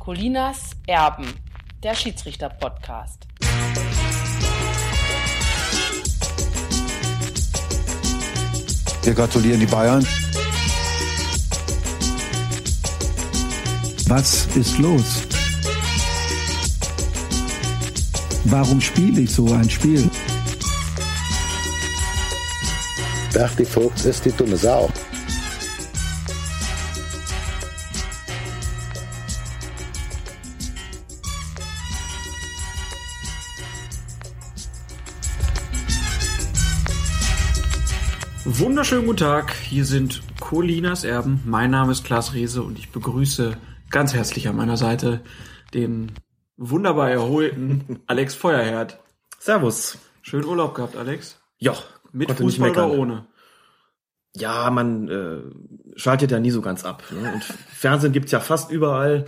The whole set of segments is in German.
Colinas Erben, der Schiedsrichter-Podcast. Wir gratulieren die Bayern. Was ist los? Warum spiele ich so ein Spiel? Berti Vogts ist die dumme Sau. Wunderschönen guten Tag, hier sind Colinas Erben. Mein Name ist Klaas Reese und ich begrüße ganz herzlich an meiner Seite den wunderbar erholten Alex Feuerherd. Servus. Schönen Urlaub gehabt, Alex? Ja. Mit Fußball oder ohne? Ja, man schaltet ja nie so ganz ab. Ne? Und Fernsehen gibt's ja fast überall.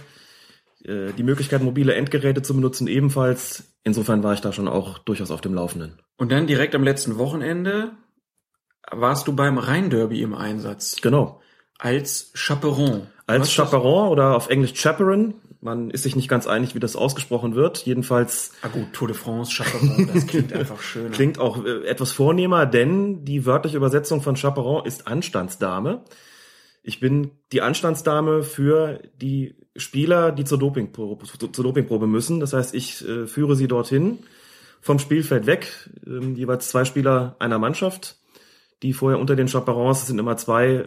Die Möglichkeit, mobile Endgeräte zu benutzen ebenfalls. Insofern war ich da schon auch durchaus auf dem Laufenden. Und dann direkt am letzten Wochenende warst du beim Rhein-Derby im Einsatz. Genau. Als Chaperon. Als Chaperon oder auf Englisch Chaperon. Man ist sich nicht ganz einig, wie das ausgesprochen wird. Jedenfalls... Gut, Tour de France, Chaperon, das klingt einfach schön. Klingt auch etwas vornehmer, denn die wörtliche Übersetzung von Chaperon ist Anstandsdame. Ich bin die Anstandsdame für die Spieler, die zur Dopingprobe müssen. Das heißt, ich führe sie dorthin, vom Spielfeld weg, jeweils 2 Spieler einer Mannschaft, die vorher unter den Chaperons, es sind immer 2,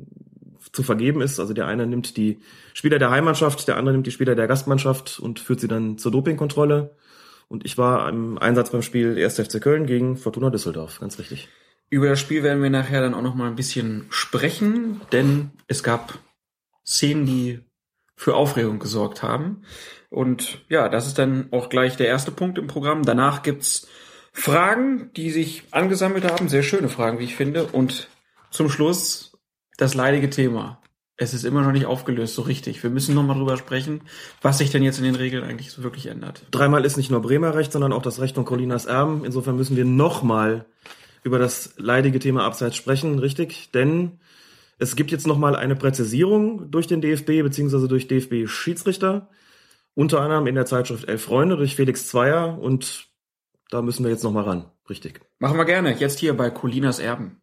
zu vergeben ist. Also der eine nimmt die Spieler der Heimmannschaft, der andere nimmt die Spieler der Gastmannschaft und führt sie dann zur Dopingkontrolle. Und ich war im Einsatz beim Spiel 1. FC Köln gegen Fortuna Düsseldorf, ganz richtig. Über das Spiel werden wir nachher dann auch noch mal ein bisschen sprechen, denn es gab Szenen, die für Aufregung gesorgt haben. Und ja, das ist dann auch gleich der erste Punkt im Programm. Danach gibt's Fragen, die sich angesammelt haben, sehr schöne Fragen, wie ich finde. Und zum Schluss das leidige Thema. Es ist immer noch nicht aufgelöst, so richtig. Wir müssen noch mal drüber sprechen, was sich denn jetzt in den Regeln eigentlich so wirklich ändert. Dreimal ist nicht nur Bremer Recht, sondern auch das Recht von Colinas Erben. Insofern müssen wir noch mal über das leidige Thema Abseits sprechen, richtig? Denn es gibt jetzt noch mal eine Präzisierung durch den DFB bzw. durch DFB-Schiedsrichter. Unter anderem in der Zeitschrift Elf Freunde durch Felix Zweier und da müssen wir jetzt noch mal ran, richtig. Machen wir gerne, jetzt hier bei Colinas Erben.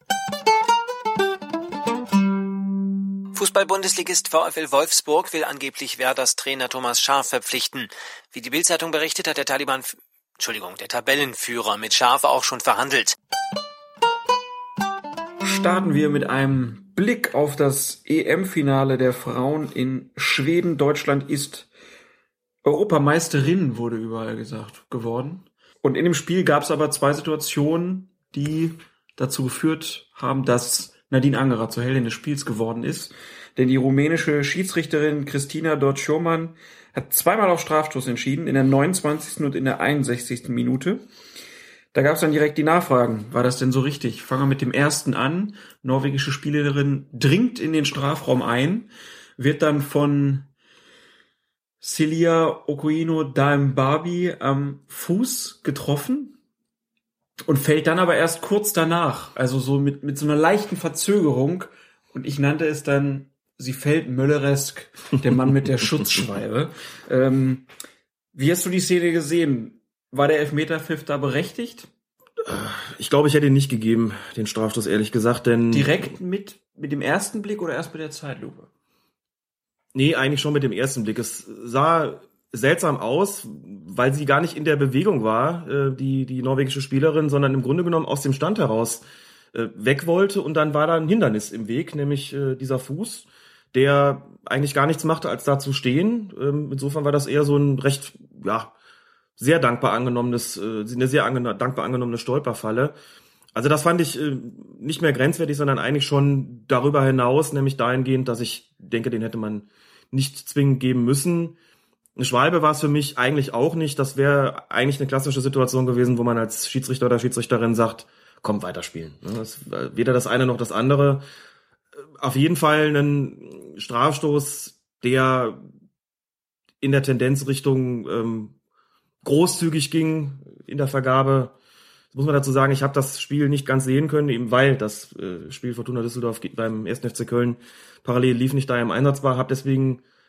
Fußball-Bundesligist VfL Wolfsburg will angeblich Werders Trainer Thomas Schaaf verpflichten. Wie die Bild-Zeitung berichtet, hat der Tabellenführer mit Schaaf auch schon verhandelt. Starten wir mit einem Blick auf das EM-Finale der Frauen in Schweden. Deutschland ist Europameisterin, wurde überall gesagt, geworden. Und in dem Spiel gab es aber 2 Situationen, die dazu geführt haben, dass Nadine Angerer zur Heldin des Spiels geworden ist. Denn die rumänische Schiedsrichterin Cristina Dortjoman hat 2-mal auf Strafstoß entschieden, in der 29. und in der 61. Minute. Da gab es dann direkt die Nachfragen. War das denn so richtig? Fangen wir mit dem ersten an. Norwegische Spielerin dringt in den Strafraum ein, wird dann von Celia Okuino Daembabi am Fuß getroffen und fällt dann aber erst kurz danach, also so mit so einer leichten Verzögerung. Und ich nannte es dann, sie fällt mölleresk, der Mann mit der Schutzschweibe. Wie hast du die Szene gesehen? War der Elfmeterpfiff da berechtigt? Ich glaube, ich hätte ihn nicht gegeben, den Strafstoß, ehrlich gesagt, denn... Direkt mit dem ersten Blick oder erst mit der Zeitlupe? Nee, eigentlich schon mit dem ersten Blick. Es sah seltsam aus, weil sie gar nicht in der Bewegung war, die norwegische Spielerin, sondern im Grunde genommen aus dem Stand heraus weg wollte und dann war da ein Hindernis im Weg, nämlich dieser Fuß, der eigentlich gar nichts machte, als da zu stehen. Insofern war das eher so ein recht, sehr dankbar angenommenes, dankbar angenommene Stolperfalle. Also das fand ich nicht mehr grenzwertig, sondern eigentlich schon darüber hinaus, nämlich dahingehend, dass ich denke, den hätte man nicht zwingend geben müssen. Eine Schwalbe war es für mich eigentlich auch nicht. Das wäre eigentlich eine klassische Situation gewesen, wo man als Schiedsrichter oder Schiedsrichterin sagt, komm, weiterspielen. Weder das eine noch das andere. Auf jeden Fall ein Strafstoß, der in der Tendenz Richtung großzügig ging in der Vergabe. Das muss man dazu sagen, ich habe das Spiel nicht ganz sehen können, eben weil das Spiel Fortuna Düsseldorf beim 1. FC Köln parallel lief, nicht da im Einsatz war, habe deswegen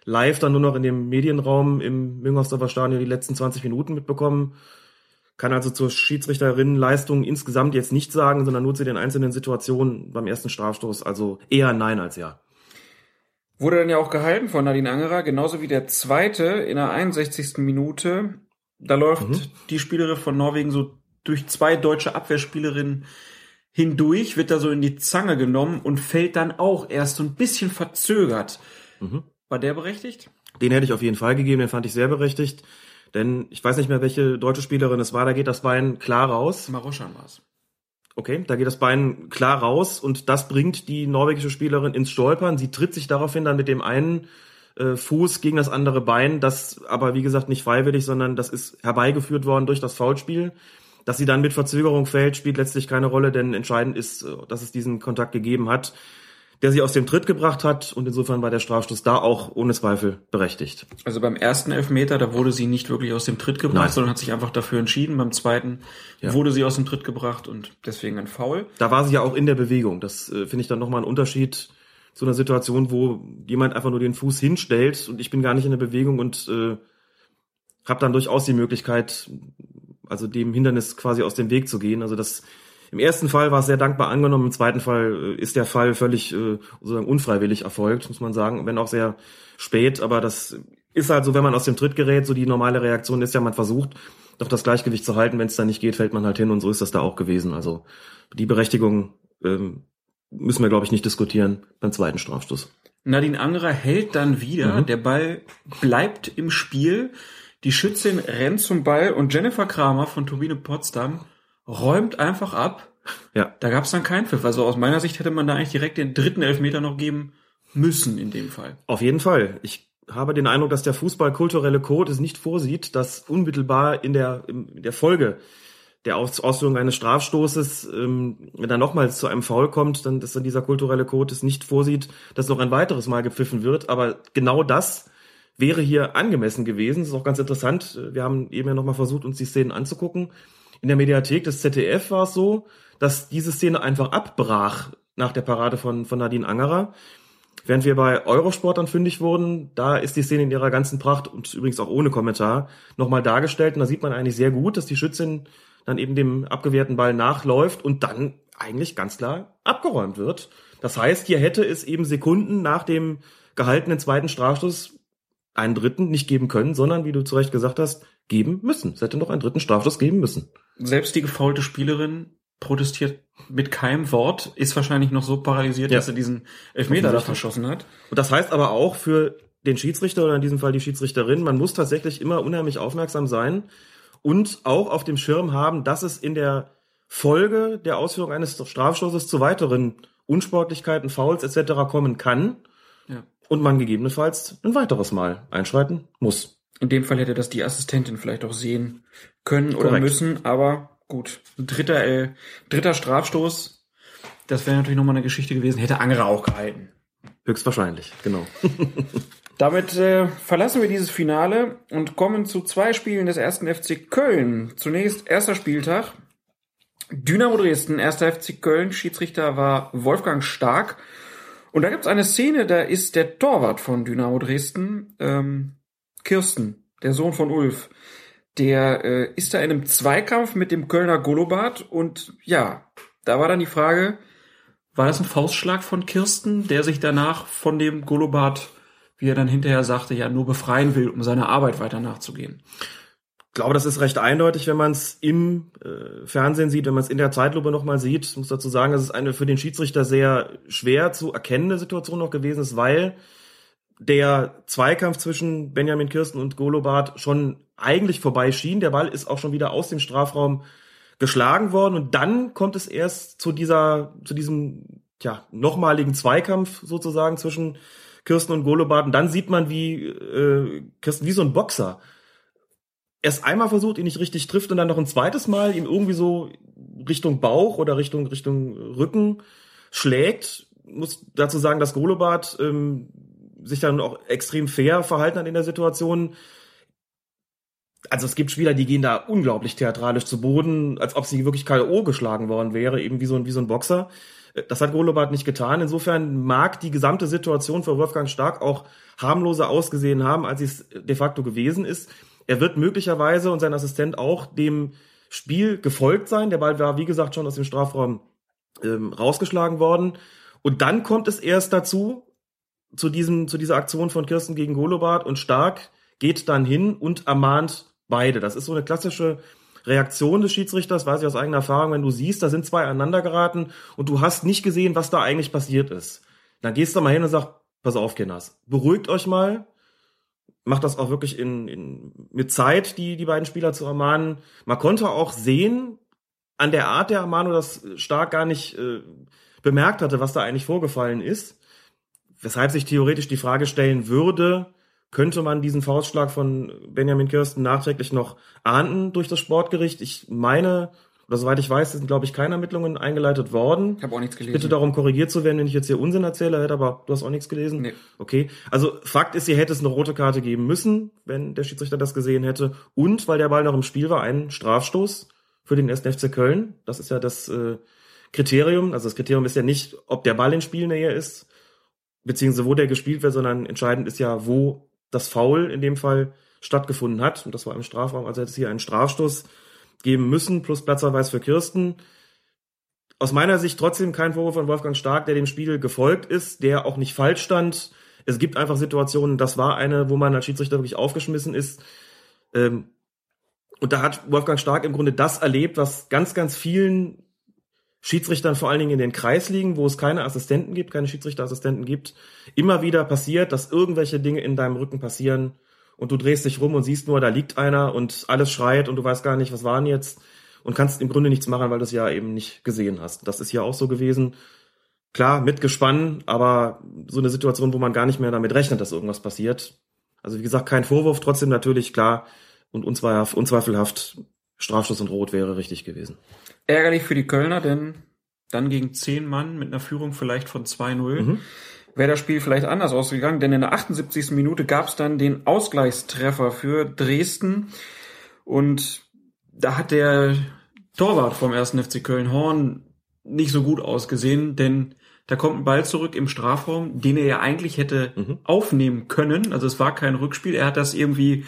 live dann nur noch in dem Medienraum im Müngersdorfer Stadion die letzten 20 Minuten mitbekommen. Kann also zur Schiedsrichterinnenleistung insgesamt jetzt nicht sagen, sondern nur zu den einzelnen Situationen beim ersten Strafstoß. Also eher nein als ja. Wurde dann ja auch gehalten von Nadine Angerer, genauso wie der zweite in der 61. Minute. Da läuft die Spielerin von Norwegen so durch 2 deutsche Abwehrspielerinnen hindurch, wird da so in die Zange genommen und fällt dann auch erst so ein bisschen verzögert. War der berechtigt? Den hätte ich auf jeden Fall gegeben, den fand ich sehr berechtigt. Denn ich weiß nicht mehr, welche deutsche Spielerin es war, da geht das Bein klar raus. Maroschan war es. Okay, da geht das Bein klar raus und das bringt die norwegische Spielerin ins Stolpern. Sie tritt sich daraufhin dann mit dem einen Fuß gegen das andere Bein, das aber wie gesagt nicht freiwillig, sondern das ist herbeigeführt worden durch das Foulspiel. Dass sie dann mit Verzögerung fällt, spielt letztlich keine Rolle, denn entscheidend ist, dass es diesen Kontakt gegeben hat, der sie aus dem Tritt gebracht hat und insofern war der Strafstoß da auch ohne Zweifel berechtigt. Also beim ersten Elfmeter, da wurde sie nicht wirklich aus dem Tritt gebracht, sondern hat sich einfach dafür entschieden. Beim zweiten wurde sie aus dem Tritt gebracht und deswegen ein Foul. Da war sie ja auch in der Bewegung. Das finde ich dann nochmal ein Unterschied zu einer Situation, wo jemand einfach nur den Fuß hinstellt und ich bin gar nicht in der Bewegung und habe dann durchaus die Möglichkeit, also dem Hindernis quasi aus dem Weg zu gehen. Also das im ersten Fall war es sehr dankbar angenommen, im zweiten Fall ist der Fall völlig sozusagen unfreiwillig erfolgt, muss man sagen, wenn auch sehr spät, aber das ist halt so, wenn man aus dem Tritt gerät, so die normale Reaktion ist ja, man versucht doch das Gleichgewicht zu halten, wenn es dann nicht geht, fällt man halt hin und so ist das da auch gewesen. Also die Berechtigung müssen wir, glaube ich, nicht diskutieren beim zweiten Strafstoß. Nadine Angerer hält dann wieder, der Ball bleibt im Spiel, die Schützin rennt zum Ball und Jennifer Kramer von Turbine Potsdam räumt einfach ab. Ja. Da gab es dann keinen Pfiff. Also aus meiner Sicht hätte man da eigentlich direkt den dritten Elfmeter noch geben müssen in dem Fall. Auf jeden Fall. Ich habe den Eindruck, dass der Fußball-kulturelle Code es nicht vorsieht, dass unmittelbar in der Folge der Ausführung eines Strafstoßes, wenn dann nochmals zu einem Foul kommt, dann, dass dann dieser kulturelle Code es nicht vorsieht, dass noch ein weiteres Mal gepfiffen wird. Aber genau das wäre hier angemessen gewesen. Das ist auch ganz interessant. Wir haben eben ja nochmal versucht, uns die Szenen anzugucken. In der Mediathek des ZDF war es so, dass diese Szene einfach abbrach nach der Parade von Nadine Angerer. Während wir bei Eurosport dann fündig wurden, da ist die Szene in ihrer ganzen Pracht und übrigens auch ohne Kommentar nochmal dargestellt. Und da sieht man eigentlich sehr gut, dass die Schützin dann eben dem abgewehrten Ball nachläuft und dann eigentlich ganz klar abgeräumt wird. Das heißt, hier hätte es eben Sekunden nach dem gehaltenen zweiten Strafstoß einen dritten nicht geben können, sondern, wie du zu Recht gesagt hast, geben müssen. Es hätte noch einen dritten Strafstoß geben müssen. Selbst die gefaulte Spielerin protestiert mit keinem Wort, ist wahrscheinlich noch so paralysiert, dass er diesen Elfmeter da verschossen hat. Und das heißt aber auch für den Schiedsrichter oder in diesem Fall die Schiedsrichterin, man muss tatsächlich immer unheimlich aufmerksam sein und auch auf dem Schirm haben, dass es in der Folge der Ausführung eines Strafstoßes zu weiteren Unsportlichkeiten, Fouls etc. kommen kann und man gegebenenfalls ein weiteres Mal einschreiten muss. In dem Fall hätte das die Assistentin vielleicht auch sehen können oder müssen, aber gut. Dritter Strafstoß, das wäre natürlich nochmal eine Geschichte gewesen, hätte Angerer auch gehalten. Höchstwahrscheinlich, genau. Damit verlassen wir dieses Finale und kommen zu 2 Spielen des 1. FC Köln. Zunächst erster Spieltag. Dynamo Dresden, 1. FC Köln, Schiedsrichter war Wolfgang Stark. Und da gibt's eine Szene, da ist der Torwart von Dynamo Dresden, Kirsten, der Sohn von Ulf, der ist da in einem Zweikampf mit dem Kölner Golobart und ja, da war dann die Frage, war das ein Faustschlag von Kirsten, der sich danach von dem Golobart, wie er dann hinterher sagte, ja nur befreien will, um seiner Arbeit weiter nachzugehen? Ich glaube, das ist recht eindeutig, wenn man es im Fernsehen sieht, wenn man es in der Zeitlupe nochmal sieht. Ich muss dazu sagen, dass es eine für den Schiedsrichter sehr schwer zu erkennende Situation noch gewesen ist, weil der Zweikampf zwischen Benjamin Kirsten und Golobart schon eigentlich vorbei schien. Der Ball ist auch schon wieder aus dem Strafraum geschlagen worden und dann kommt es erst zu diesem nochmaligen Zweikampf sozusagen zwischen Kirsten und Golobart und dann sieht man, wie Kirsten wie so ein Boxer erst einmal versucht, ihn nicht richtig trifft und dann noch ein zweites Mal ihm irgendwie so Richtung Bauch oder Richtung Rücken schlägt. Muss dazu sagen, dass Golobart sich dann auch extrem fair verhalten hat in der Situation. Also es gibt Spieler, die gehen da unglaublich theatralisch zu Boden, als ob sie wirklich K.O. geschlagen worden wäre, eben wie so ein Boxer. Das hat Golobat nicht getan. Insofern mag die gesamte Situation für Wolfgang Stark auch harmloser ausgesehen haben, als es de facto gewesen ist. Er wird möglicherweise und sein Assistent auch dem Spiel gefolgt sein. Der Ball war, wie gesagt, schon aus dem Strafraum rausgeschlagen worden. Und dann kommt es erst dazu, zu dieser Aktion von Kirsten gegen Golobat, und Stark geht dann hin und ermahnt beide. Das ist so eine klassische Reaktion des Schiedsrichters, weiß ich aus eigener Erfahrung, wenn du siehst, da sind zwei aneinander geraten und du hast nicht gesehen, was da eigentlich passiert ist. Dann gehst du mal hin und sagst, pass auf, Kinders, beruhigt euch mal, macht das auch wirklich mit Zeit, die beiden Spieler zu ermahnen. Man konnte auch sehen, an der Art der Ermahnung, dass Stark gar nicht bemerkt hatte, was da eigentlich vorgefallen ist, weshalb sich theoretisch die Frage stellen würde, könnte man diesen Faustschlag von Benjamin Kirsten nachträglich noch ahnden durch das Sportgericht? Ich meine, oder soweit ich weiß, sind, glaube ich, keine Ermittlungen eingeleitet worden. Ich habe auch nichts gelesen. Bitte darum korrigiert zu werden, wenn ich jetzt hier Unsinn erzähle, aber du hast auch nichts gelesen? Nee. Okay, also Fakt ist, hier hätte es eine rote Karte geben müssen, wenn der Schiedsrichter das gesehen hätte. Und, weil der Ball noch im Spiel war, ein Strafstoß für den 1. FC Köln. Das ist ja das Kriterium. Also das Kriterium ist ja nicht, ob der Ball in Spielnähe ist, beziehungsweise wo der gespielt wird, sondern entscheidend ist ja, wo das Foul in dem Fall stattgefunden hat. Und das war im Strafraum, also hätte es hier einen Strafstoß geben müssen, plus Platzverweis für Kirsten. Aus meiner Sicht trotzdem kein Vorwurf von Wolfgang Stark, der dem Spiel gefolgt ist, der auch nicht falsch stand. Es gibt einfach Situationen, das war eine, wo man als Schiedsrichter wirklich aufgeschmissen ist. Und da hat Wolfgang Stark im Grunde das erlebt, was ganz, ganz vielen Schiedsrichtern vor allen Dingen in den Kreisligen, wo es keine Assistenten gibt, keine Schiedsrichterassistenten gibt, immer wieder passiert, dass irgendwelche Dinge in deinem Rücken passieren und du drehst dich rum und siehst nur, da liegt einer und alles schreit und du weißt gar nicht, was war denn jetzt, und kannst im Grunde nichts machen, weil du es ja eben nicht gesehen hast. Das ist hier auch so gewesen. Klar, mit Gespann, aber so eine Situation, wo man gar nicht mehr damit rechnet, dass irgendwas passiert. Also wie gesagt, kein Vorwurf, trotzdem natürlich klar und unzweifelhaft Strafstoß und Rot wäre richtig gewesen. Ärgerlich für die Kölner, denn dann gegen 10 Mann mit einer Führung vielleicht von 2-0 wäre das Spiel vielleicht anders ausgegangen, denn in der 78. Minute gab es dann den Ausgleichstreffer für Dresden und da hat der Torwart vom 1. FC Köln, Horn, nicht so gut ausgesehen, denn da kommt ein Ball zurück im Strafraum, den er ja eigentlich hätte aufnehmen können, also es war kein Rückspiel, er hat das irgendwie,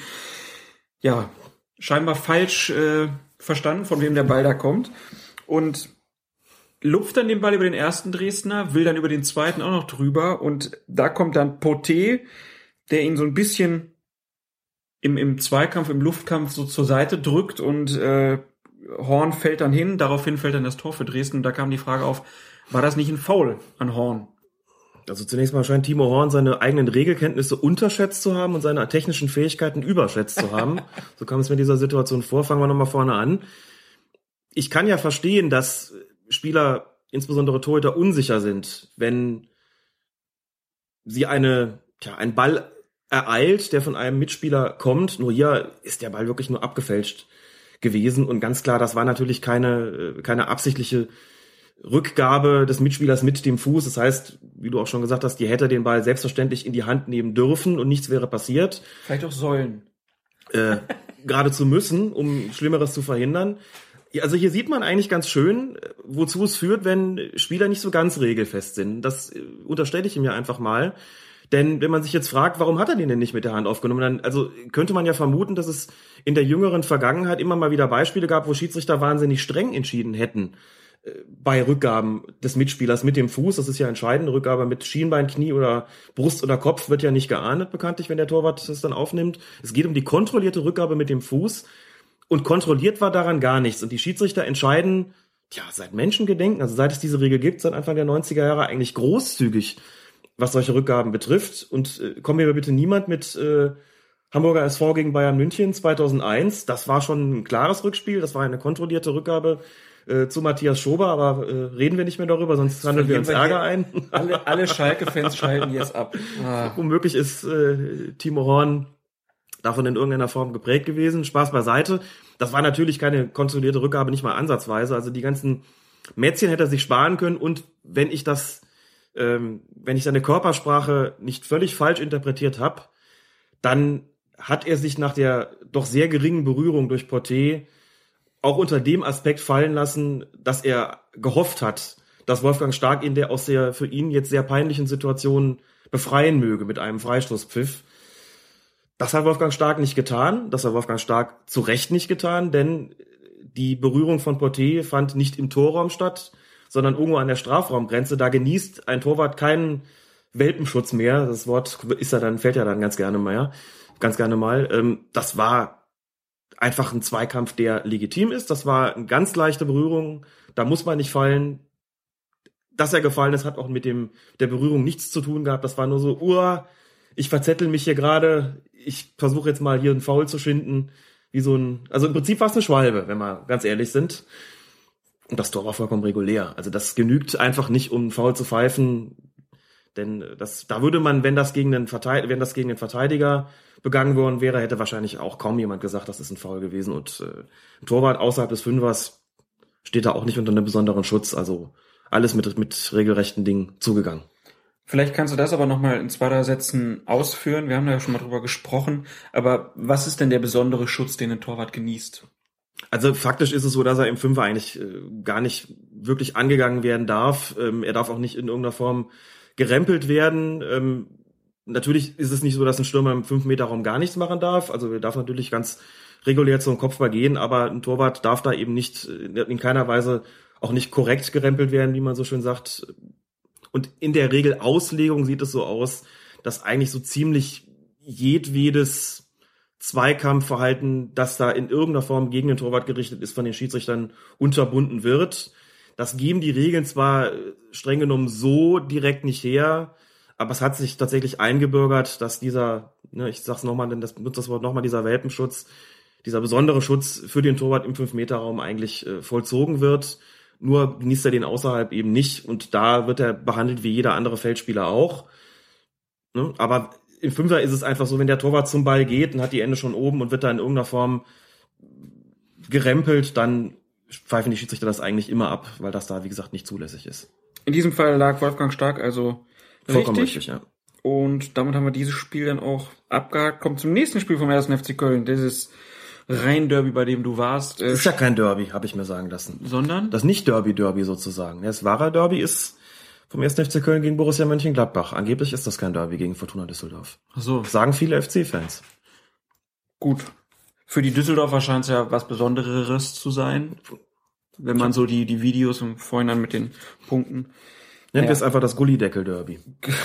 ja, scheinbar falsch verstanden, von wem der Ball da kommt, und lupft dann den Ball über den ersten Dresdner, will dann über den zweiten auch noch drüber, und da kommt dann Poté, der ihn so ein bisschen im Zweikampf, im Luftkampf so zur Seite drückt, und Horn fällt dann hin, daraufhin fällt dann das Tor für Dresden, und da kam die Frage auf, war das nicht ein Foul an Horn? Also zunächst mal scheint Timo Horn seine eigenen Regelkenntnisse unterschätzt zu haben und seine technischen Fähigkeiten überschätzt zu haben. So kam es mir in dieser Situation vor. Fangen wir nochmal vorne an. Ich kann ja verstehen, dass Spieler, insbesondere Torhüter, unsicher sind, wenn sie einen Ball ereilt, der von einem Mitspieler kommt. Nur hier ist der Ball wirklich nur abgefälscht gewesen. Und ganz klar, das war natürlich keine absichtliche Rückgabe des Mitspielers mit dem Fuß. Das heißt, wie du auch schon gesagt hast, die hätte den Ball selbstverständlich in die Hand nehmen dürfen und nichts wäre passiert. Vielleicht auch sollen. Geradezu müssen, um Schlimmeres zu verhindern. Ja, also hier sieht man eigentlich ganz schön, wozu es führt, wenn Spieler nicht so ganz regelfest sind. Das unterstelle ich ihm ja einfach mal. Denn wenn man sich jetzt fragt, warum hat er den denn nicht mit der Hand aufgenommen, dann also könnte man ja vermuten, dass es in der jüngeren Vergangenheit immer mal wieder Beispiele gab, wo Schiedsrichter wahnsinnig streng entschieden hätten bei Rückgaben des Mitspielers mit dem Fuß. Das ist ja entscheidend. Rückgabe mit Schienbein, Knie oder Brust oder Kopf wird ja nicht geahndet, bekanntlich, wenn der Torwart das dann aufnimmt. Es geht um die kontrollierte Rückgabe mit dem Fuß. Und kontrolliert war daran gar nichts. Und die Schiedsrichter entscheiden, seit Menschengedenken, also seit es diese Regel gibt, seit Anfang der 90er Jahre eigentlich großzügig, was solche Rückgaben betrifft. Und kommen mir bitte niemand mit Hamburger SV gegen Bayern München 2001. Das war schon ein klares Rückspiel. Das war eine kontrollierte Rückgabe zu Matthias Schober, aber reden wir nicht mehr darüber, sonst handeln wir uns Ärger ein. Alle Schalke-Fans schalten jetzt ab. Womöglich ist Timo Horn davon in irgendeiner Form geprägt gewesen. Spaß beiseite. Das war natürlich keine kontrollierte Rückgabe, nicht mal ansatzweise. Also die ganzen Mätzchen hätte er sich sparen können. Und wenn ich seine Körpersprache nicht völlig falsch interpretiert habe, dann hat er sich nach der doch sehr geringen Berührung durch Porté auch unter dem Aspekt fallen lassen, dass er gehofft hat, dass Wolfgang Stark ihn der aus der für ihn jetzt sehr peinlichen Situation befreien möge mit einem Freistoßpfiff. Das hat Wolfgang Stark nicht getan. Das hat Wolfgang Stark zu Recht nicht getan, denn die Berührung von Porté fand nicht im Torraum statt, sondern irgendwo an der Strafraumgrenze. Da genießt ein Torwart keinen Welpenschutz mehr. Das Wort fällt ja dann ganz gerne mal. Das war einfach ein Zweikampf, der legitim ist. Das war eine ganz leichte Berührung. Da muss man nicht fallen. Dass er gefallen ist, hat auch mit der Berührung nichts zu tun gehabt. Das war nur so, ich verzettel mich hier gerade. Ich versuche jetzt mal hier einen Foul zu schinden. Also im Prinzip war es eine Schwalbe, wenn wir ganz ehrlich sind. Und das Tor war vollkommen regulär. Also das genügt einfach nicht, um einen Foul zu pfeifen. Denn da würde man, wenn das gegen den Verteidiger begangen worden wäre, hätte wahrscheinlich auch kaum jemand gesagt, das ist ein Foul gewesen. Und ein Torwart außerhalb des Fünfers steht da auch nicht unter einem besonderen Schutz. Also alles mit regelrechten Dingen zugegangen. Vielleicht kannst du das aber nochmal in 2, 3 Sätzen ausführen. Wir haben da ja schon mal drüber gesprochen. Aber was ist denn der besondere Schutz, den ein Torwart genießt? Also faktisch ist es so, dass er im Fünfer eigentlich gar nicht wirklich angegangen werden darf. Er darf auch nicht in irgendeiner Form gerempelt werden. Natürlich ist es nicht so, dass ein Stürmer im 5-Meter-Raum gar nichts machen darf. Also er darf natürlich ganz regulär zum Kopfball gehen, aber ein Torwart darf da eben nicht in keiner Weise auch nicht korrekt gerempelt werden, wie man so schön sagt. Und in der Regel Auslegung sieht es so aus, dass eigentlich so ziemlich jedwedes Zweikampfverhalten, das da in irgendeiner Form gegen den Torwart gerichtet ist, von den Schiedsrichtern unterbunden wird. Das geben die Regeln zwar streng genommen so direkt nicht her, aber es hat sich tatsächlich eingebürgert, dass dieser, ich sag's nochmal, denn das benutzt das Wort nochmal, dieser Welpenschutz, dieser besondere Schutz für den Torwart im 5-Meter-Raum eigentlich vollzogen wird. Nur genießt er den außerhalb eben nicht und da wird er behandelt wie jeder andere Feldspieler auch. Aber im Fünfer ist es einfach so, wenn der Torwart zum Ball geht und hat die Hände schon oben und wird da in irgendeiner Form gerempelt, dann pfeifen die Schiedsrichter das eigentlich immer ab, weil das da, wie gesagt, nicht zulässig ist. In diesem Fall lag Wolfgang Stark also vollkommen richtig, ja. Und damit haben wir dieses Spiel dann auch abgehakt. Kommt zum nächsten Spiel vom 1. FC Köln. Das ist Rhein-Derby, bei dem du warst. Das ist ja kein Derby, habe ich mir sagen lassen. Sondern? Das Nicht-Derby sozusagen. Das wahre Derby ist vom 1. FC Köln gegen Borussia Mönchengladbach. Angeblich ist das kein Derby gegen Fortuna Düsseldorf. Ach so. Das sagen viele FC-Fans. Gut. Für die Düsseldorfer scheint es ja was Besonderes zu sein, wenn man so die Videos im Vorhinein mit den Punkten. Nennen wir es einfach das Gullideckel-Derby.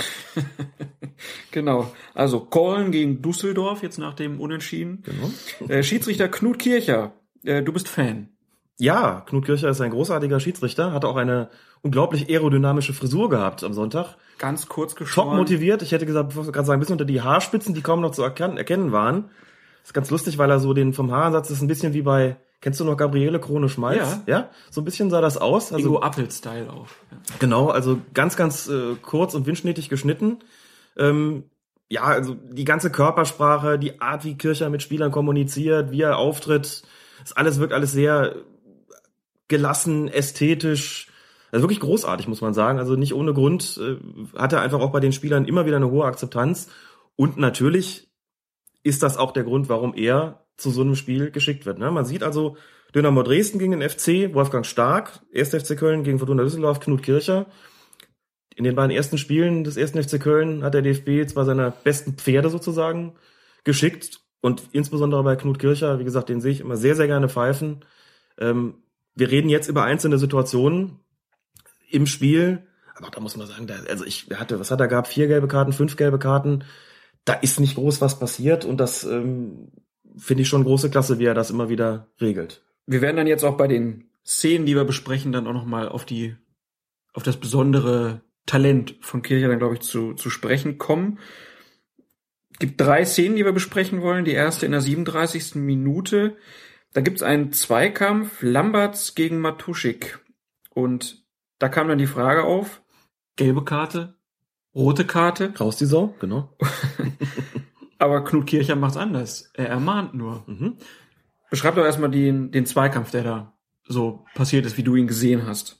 Genau. Also Köln gegen Düsseldorf, jetzt nach dem Unentschieden. Genau. Schiedsrichter Knut Kircher. Du bist Fan. Ja, Knut Kircher ist ein großartiger Schiedsrichter, hatte auch eine unglaublich aerodynamische Frisur gehabt am Sonntag. Ganz kurz geschoren. Top motiviert. Ich hätte gerade sagen, ein bisschen unter die Haarspitzen, die kaum noch zu erkennen waren. Das ist ganz lustig, weil er so vom Haaransatz ist ein bisschen wie bei, kennst du noch Gabriele Krone-Schmalz? Ja. So ein bisschen sah das aus. Also Ingo Appel-Style auch. Ja. Genau, also ganz, ganz kurz und windschnittig geschnitten. Also die ganze Körpersprache, die Art, wie Kircher mit Spielern kommuniziert, wie er auftritt, wirkt alles sehr gelassen, ästhetisch. Also wirklich großartig, muss man sagen. Also nicht ohne Grund hat er einfach auch bei den Spielern immer wieder eine hohe Akzeptanz. Und natürlich ist das auch der Grund, warum er zu so einem Spiel geschickt wird. Man sieht also Dynamo Dresden gegen den FC, Wolfgang Stark, 1. FC Köln gegen Fortuna Düsseldorf, Knut Kircher. In den beiden ersten Spielen des 1. FC Köln hat der DFB zwar seine besten Pferde sozusagen geschickt und insbesondere bei Knut Kircher, wie gesagt, den sehe ich immer sehr, sehr gerne pfeifen. Wir reden jetzt über einzelne Situationen im Spiel, aber da muss man sagen, was hat er gehabt? 4 gelbe Karten, 5 gelbe Karten. Da ist nicht groß was passiert und das finde ich schon große Klasse, wie er das immer wieder regelt. Wir werden dann jetzt auch bei den Szenen, die wir besprechen, dann auch nochmal auf das besondere Talent von Kircher dann, glaube ich, zu sprechen kommen. Es gibt 3 Szenen, die wir besprechen wollen. Die erste in der 37. Minute. Da gibt es einen Zweikampf, Lamberts gegen Matuschik. Und da kam dann die Frage auf, gelbe Karte, rote Karte. Raus die Sau, genau. Aber Knut Kircher macht's anders. Er ermahnt nur. Beschreib doch erstmal den Zweikampf, der da so passiert ist, wie du ihn gesehen hast.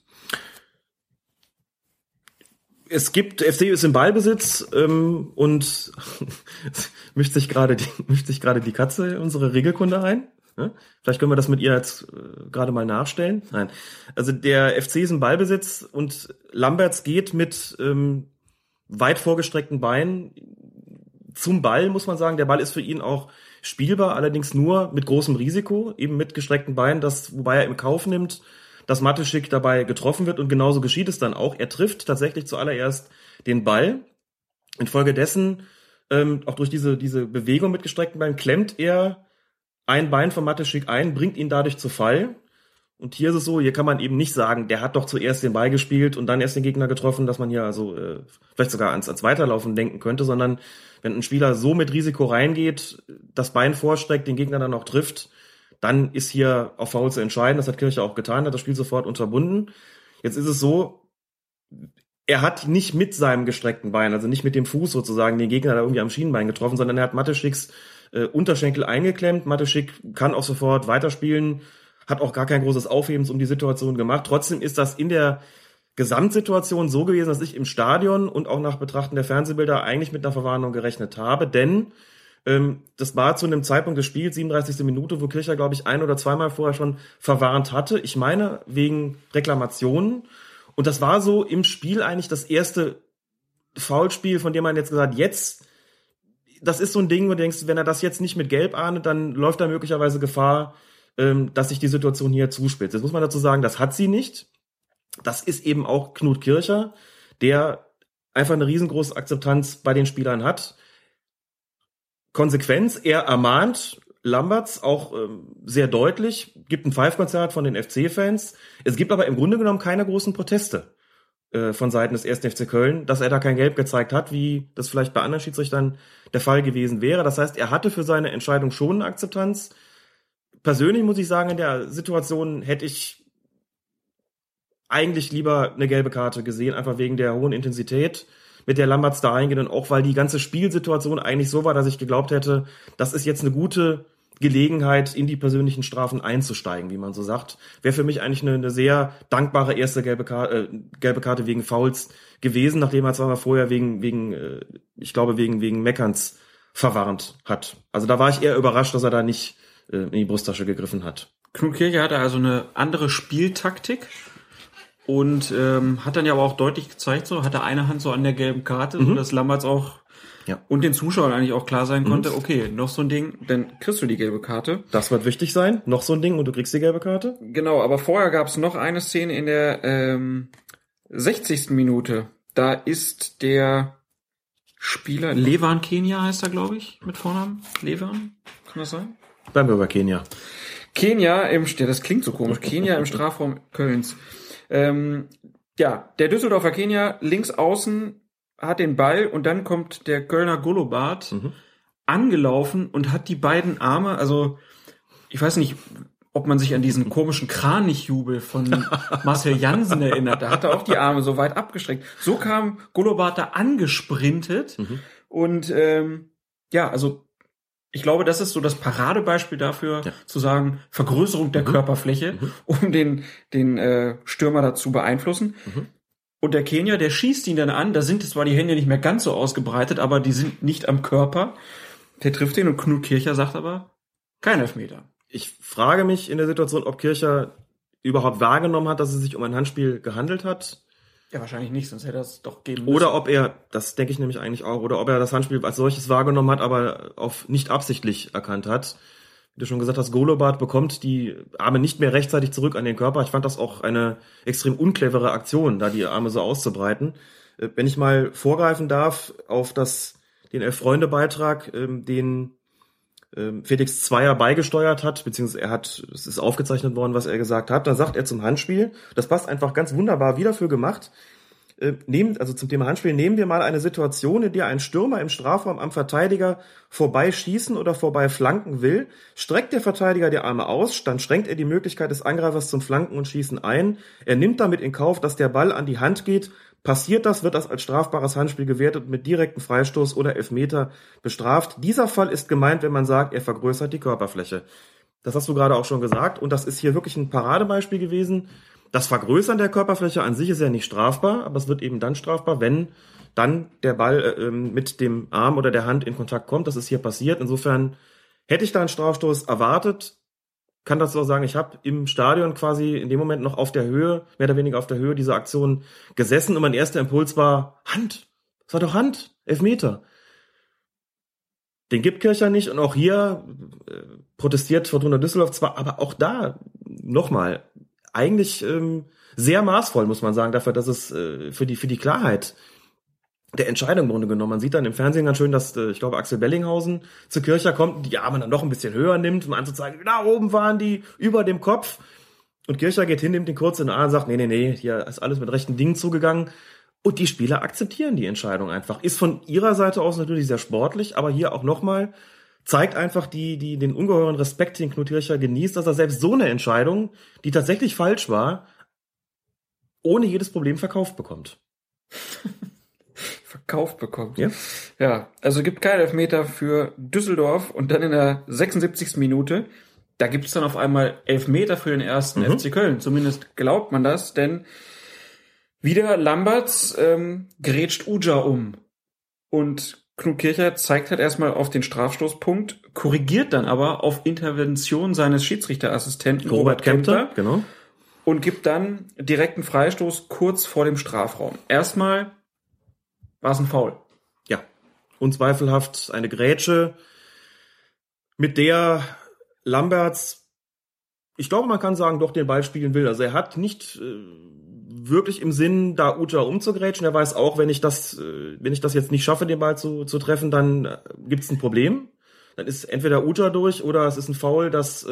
FC ist im Ballbesitz und mischt sich gerade die Katze in unsere Regelkunde ein. Ja? Vielleicht können wir das mit ihr jetzt gerade mal nachstellen. Nein. Also der FC ist im Ballbesitz und Lambertz geht mit weit vorgestreckten Beinen zum Ball, muss man sagen. Der Ball ist für ihn auch spielbar, allerdings nur mit großem Risiko, eben mit gestreckten Beinen, wobei er in Kauf nimmt, dass Mateschik dabei getroffen wird, und genauso geschieht es dann auch. Er trifft tatsächlich zuallererst den Ball. Infolgedessen, auch durch diese Bewegung mit gestreckten Beinen, klemmt er ein Bein von Mateschik ein, bringt ihn dadurch zu Fall. Und hier ist es so, hier kann man eben nicht sagen, der hat doch zuerst den Ball gespielt und dann erst den Gegner getroffen, dass man hier also vielleicht sogar ans Weiterlaufen denken könnte, sondern wenn ein Spieler so mit Risiko reingeht, das Bein vorstreckt, den Gegner dann auch trifft, dann ist hier auf Foul zu entscheiden. Das hat Kircher auch getan, hat das Spiel sofort unterbunden. Jetzt ist es so, er hat nicht mit seinem gestreckten Bein, also nicht mit dem Fuß sozusagen, den Gegner da irgendwie am Schienenbein getroffen, sondern er hat Mateschiks Unterschenkel eingeklemmt. Mateschik kann auch sofort weiterspielen, hat auch gar kein großes Aufhebens um die Situation gemacht. Trotzdem ist das in der Gesamtsituation so gewesen, dass ich im Stadion und auch nach Betrachten der Fernsehbilder eigentlich mit einer Verwarnung gerechnet habe, denn das war zu einem Zeitpunkt des Spiels, 37. Minute, wo Kircher, glaube ich, ein- oder zweimal vorher schon verwarnt hatte. Ich meine, wegen Reklamationen. Und das war so im Spiel eigentlich das erste Foulspiel, von dem man jetzt gesagt hat, das ist so ein Ding, wo du denkst, wenn er das jetzt nicht mit Gelb ahndet, dann läuft da möglicherweise Gefahr, dass sich die Situation hier zuspitzt. Jetzt muss man dazu sagen, das hat sie nicht. Das ist eben auch Knut Kircher, der einfach eine riesengroße Akzeptanz bei den Spielern hat. Konsequenz, er ermahnt Lambertz auch sehr deutlich, gibt ein Pfeifkonzert von den FC-Fans. Es gibt aber im Grunde genommen keine großen Proteste von Seiten des 1. FC Köln, dass er da kein Gelb gezeigt hat, wie das vielleicht bei anderen Schiedsrichtern der Fall gewesen wäre. Das heißt, er hatte für seine Entscheidung schon eine Akzeptanz. Persönlich muss ich sagen, in der Situation hätte ich eigentlich lieber eine gelbe Karte gesehen, einfach wegen der hohen Intensität, mit der Lambertz da reingeht, und auch weil die ganze Spielsituation eigentlich so war, dass ich geglaubt hätte, das ist jetzt eine gute Gelegenheit, in die persönlichen Strafen einzusteigen, wie man so sagt. Wäre für mich eigentlich eine sehr dankbare erste gelbe Karte wegen Fouls gewesen, nachdem er zweimal vorher wegen Meckerns verwarnt hat. Also da war ich eher überrascht, dass er da nicht in die Brusttasche gegriffen hat. Knut Kircher hatte also eine andere Spieltaktik und hat dann ja aber auch deutlich gezeigt, so hatte eine Hand so an der gelben Karte, so dass Lambertz auch und den Zuschauern eigentlich auch klar sein konnte, okay, noch so ein Ding, dann kriegst du die gelbe Karte. Das wird wichtig sein, noch so ein Ding und du kriegst die gelbe Karte. Genau, aber vorher gab es noch eine Szene in der 60. Minute. Da ist der Spieler, Levan Kenia heißt er, glaube ich, mit Vornamen. Levan, kann das sein? Bleiben wir bei Kenia. Kenia das klingt so komisch, Kenia im Strafraum Kölns. Der Düsseldorfer Kenia links außen hat den Ball und dann kommt der Kölner Golobart angelaufen und hat die beiden Arme, also ich weiß nicht, ob man sich an diesen komischen Kranichjubel von Marcel Jansen erinnert, da hat er auch die Arme so weit abgestreckt. So kam Golobart da angesprintet und also ich glaube, das ist so das Paradebeispiel dafür, zu sagen, Vergrößerung der Körperfläche, um den Stürmer dazu beeinflussen. Und der Kenia, der schießt ihn dann an, da sind zwar die Hände nicht mehr ganz so ausgebreitet, aber die sind nicht am Körper. Der trifft ihn und Knut Kircher sagt aber, kein Elfmeter. Ich frage mich in der Situation, ob Kircher überhaupt wahrgenommen hat, dass es sich um ein Handspiel gehandelt hat. Ja, wahrscheinlich nicht, sonst hätte er es doch geben müssen. Oder ob er, das denke ich nämlich eigentlich auch, oder ob er das Handspiel als solches wahrgenommen hat, aber auf nicht absichtlich erkannt hat. Wie du schon gesagt hast, Golobart bekommt die Arme nicht mehr rechtzeitig zurück an den Körper. Ich fand das auch eine extrem unclevere Aktion, da die Arme so auszubreiten. Wenn ich mal vorgreifen darf auf den Elf-Freunde-Beitrag, den Felix Zweier beigesteuert hat, beziehungsweise es ist aufgezeichnet worden, was er gesagt hat, da sagt er zum Handspiel, das passt einfach ganz wunderbar, wie dafür gemacht. Zum Thema Handspiel, nehmen wir mal eine Situation, in der ein Stürmer im Strafraum am Verteidiger vorbeischießen oder vorbei flanken will, streckt der Verteidiger die Arme aus, dann schränkt er die Möglichkeit des Angreifers zum Flanken und Schießen ein, er nimmt damit in Kauf, dass der Ball an die Hand geht, passiert das, wird das als strafbares Handspiel gewertet und mit direktem Freistoß oder Elfmeter bestraft. Dieser Fall ist gemeint, wenn man sagt, er vergrößert die Körperfläche. Das hast du gerade auch schon gesagt und das ist hier wirklich ein Paradebeispiel gewesen. Das Vergrößern der Körperfläche an sich ist ja nicht strafbar, aber es wird eben dann strafbar, wenn dann der Ball mit dem Arm oder der Hand in Kontakt kommt. Das ist hier passiert. Insofern hätte ich da einen Strafstoß erwartet, kann das so sagen, ich habe im Stadion quasi in dem Moment noch auf der Höhe, mehr oder weniger auf der Höhe dieser Aktion gesessen und mein erster Impuls war, Hand. Das war doch Hand. Elfmeter. Den gibt Kircher nicht und auch hier protestiert Fortuna Düsseldorf zwar, aber auch da nochmal eigentlich sehr maßvoll, muss man sagen, dafür, dass es für die Klarheit der Entscheidung im Grunde genommen. Man sieht dann im Fernsehen ganz schön, dass, ich glaube, Axel Bellinghausen zu Kircher kommt, die Arme dann noch ein bisschen höher nimmt, um anzuzeigen, da oben waren die über dem Kopf. Und Kircher geht hin, nimmt den kurz in den Arm und sagt, nee, hier ist alles mit rechten Dingen zugegangen. Und die Spieler akzeptieren die Entscheidung einfach. Ist von ihrer Seite aus natürlich sehr sportlich, aber hier auch nochmal zeigt einfach den ungeheuren Respekt, den Knut Kircher genießt, dass er selbst so eine Entscheidung, die tatsächlich falsch war, ohne jedes Problem verkauft bekommt. Verkauft bekommt. Ja, also gibt keinen Elfmeter für Düsseldorf und dann in der 76. Minute, da gibt es dann auf einmal Elfmeter für den ersten FC Köln. Zumindest glaubt man das, denn wieder Lamberts grätscht Uja um und Knut Kircher zeigt halt erstmal auf den Strafstoßpunkt, korrigiert dann aber auf Intervention seines Schiedsrichterassistenten Robert Kempter, genau, und gibt dann direkten Freistoß kurz vor dem Strafraum. Erstmal war es ein Foul. Ja, unzweifelhaft eine Grätsche, mit der Lamberts, ich glaube, man kann sagen, doch den Ball spielen will. Also er hat nicht wirklich im Sinn, da Uja umzugrätschen. Er weiß auch, wenn ich das jetzt nicht schaffe, den Ball zu treffen, dann gibt's ein Problem. Dann ist entweder Uja durch oder es ist ein Foul, das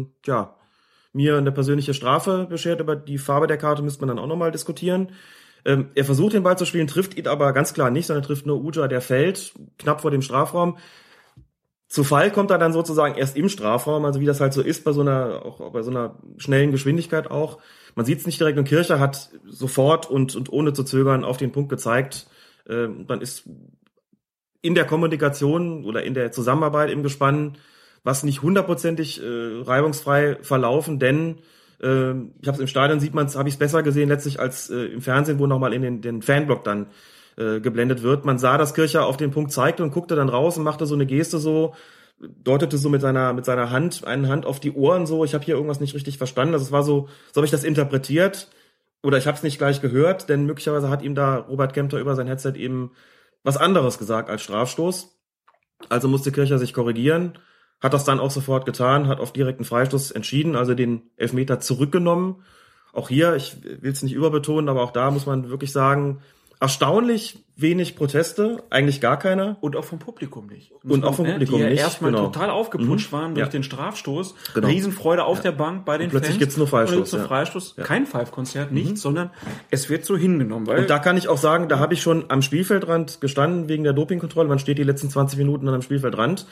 mir eine persönliche Strafe beschert. Über die Farbe der Karte müsste man dann auch nochmal diskutieren. Er versucht, den Ball zu spielen, trifft ihn aber ganz klar nicht, sondern trifft nur Uja, der fällt knapp vor dem Strafraum. Zu Fall kommt er dann sozusagen erst im Strafraum, also wie das halt so ist bei so einer schnellen Geschwindigkeit auch. Man sieht es nicht direkt, und Kircher hat sofort und ohne zu zögern auf den Punkt gezeigt. Dann ist in der Kommunikation oder in der Zusammenarbeit im Gespann was nicht hundertprozentig reibungsfrei verlaufen, denn ich habe es im Stadion, habe ich es besser gesehen letztlich als im Fernsehen, wo nochmal in den Fanblock dann geblendet wird. Man sah, dass Kircher auf den Punkt zeigte und guckte dann raus und machte so eine Geste so, deutete so mit seiner Hand, eine Hand auf die Ohren so, ich habe hier irgendwas nicht richtig verstanden. Also es war so habe ich das interpretiert oder ich habe es nicht gleich gehört, denn möglicherweise hat ihm da Robert Kempter über sein Headset eben was anderes gesagt als Strafstoß. Also musste Kircher sich korrigieren, hat das dann auch sofort getan, hat auf direkten Freistoß entschieden, also den Elfmeter zurückgenommen. Auch hier, ich will es nicht überbetonen, aber auch da muss man wirklich sagen, erstaunlich wenig Proteste, eigentlich gar keiner. Und auch vom Publikum nicht. Und auch vom Publikum die nicht. Erstmal total aufgeputscht waren durch den Strafstoß. Genau. Riesenfreude auf der Bank bei den plötzlich Fans. Gibt's nur Freistoß. Freistoß. Kein Pfeifkonzert, nichts, sondern es wird so hingenommen. Weil und da kann ich auch sagen, da habe ich schon am Spielfeldrand gestanden wegen der Dopingkontrolle. Man steht die letzten 20 Minuten dann am Spielfeldrand.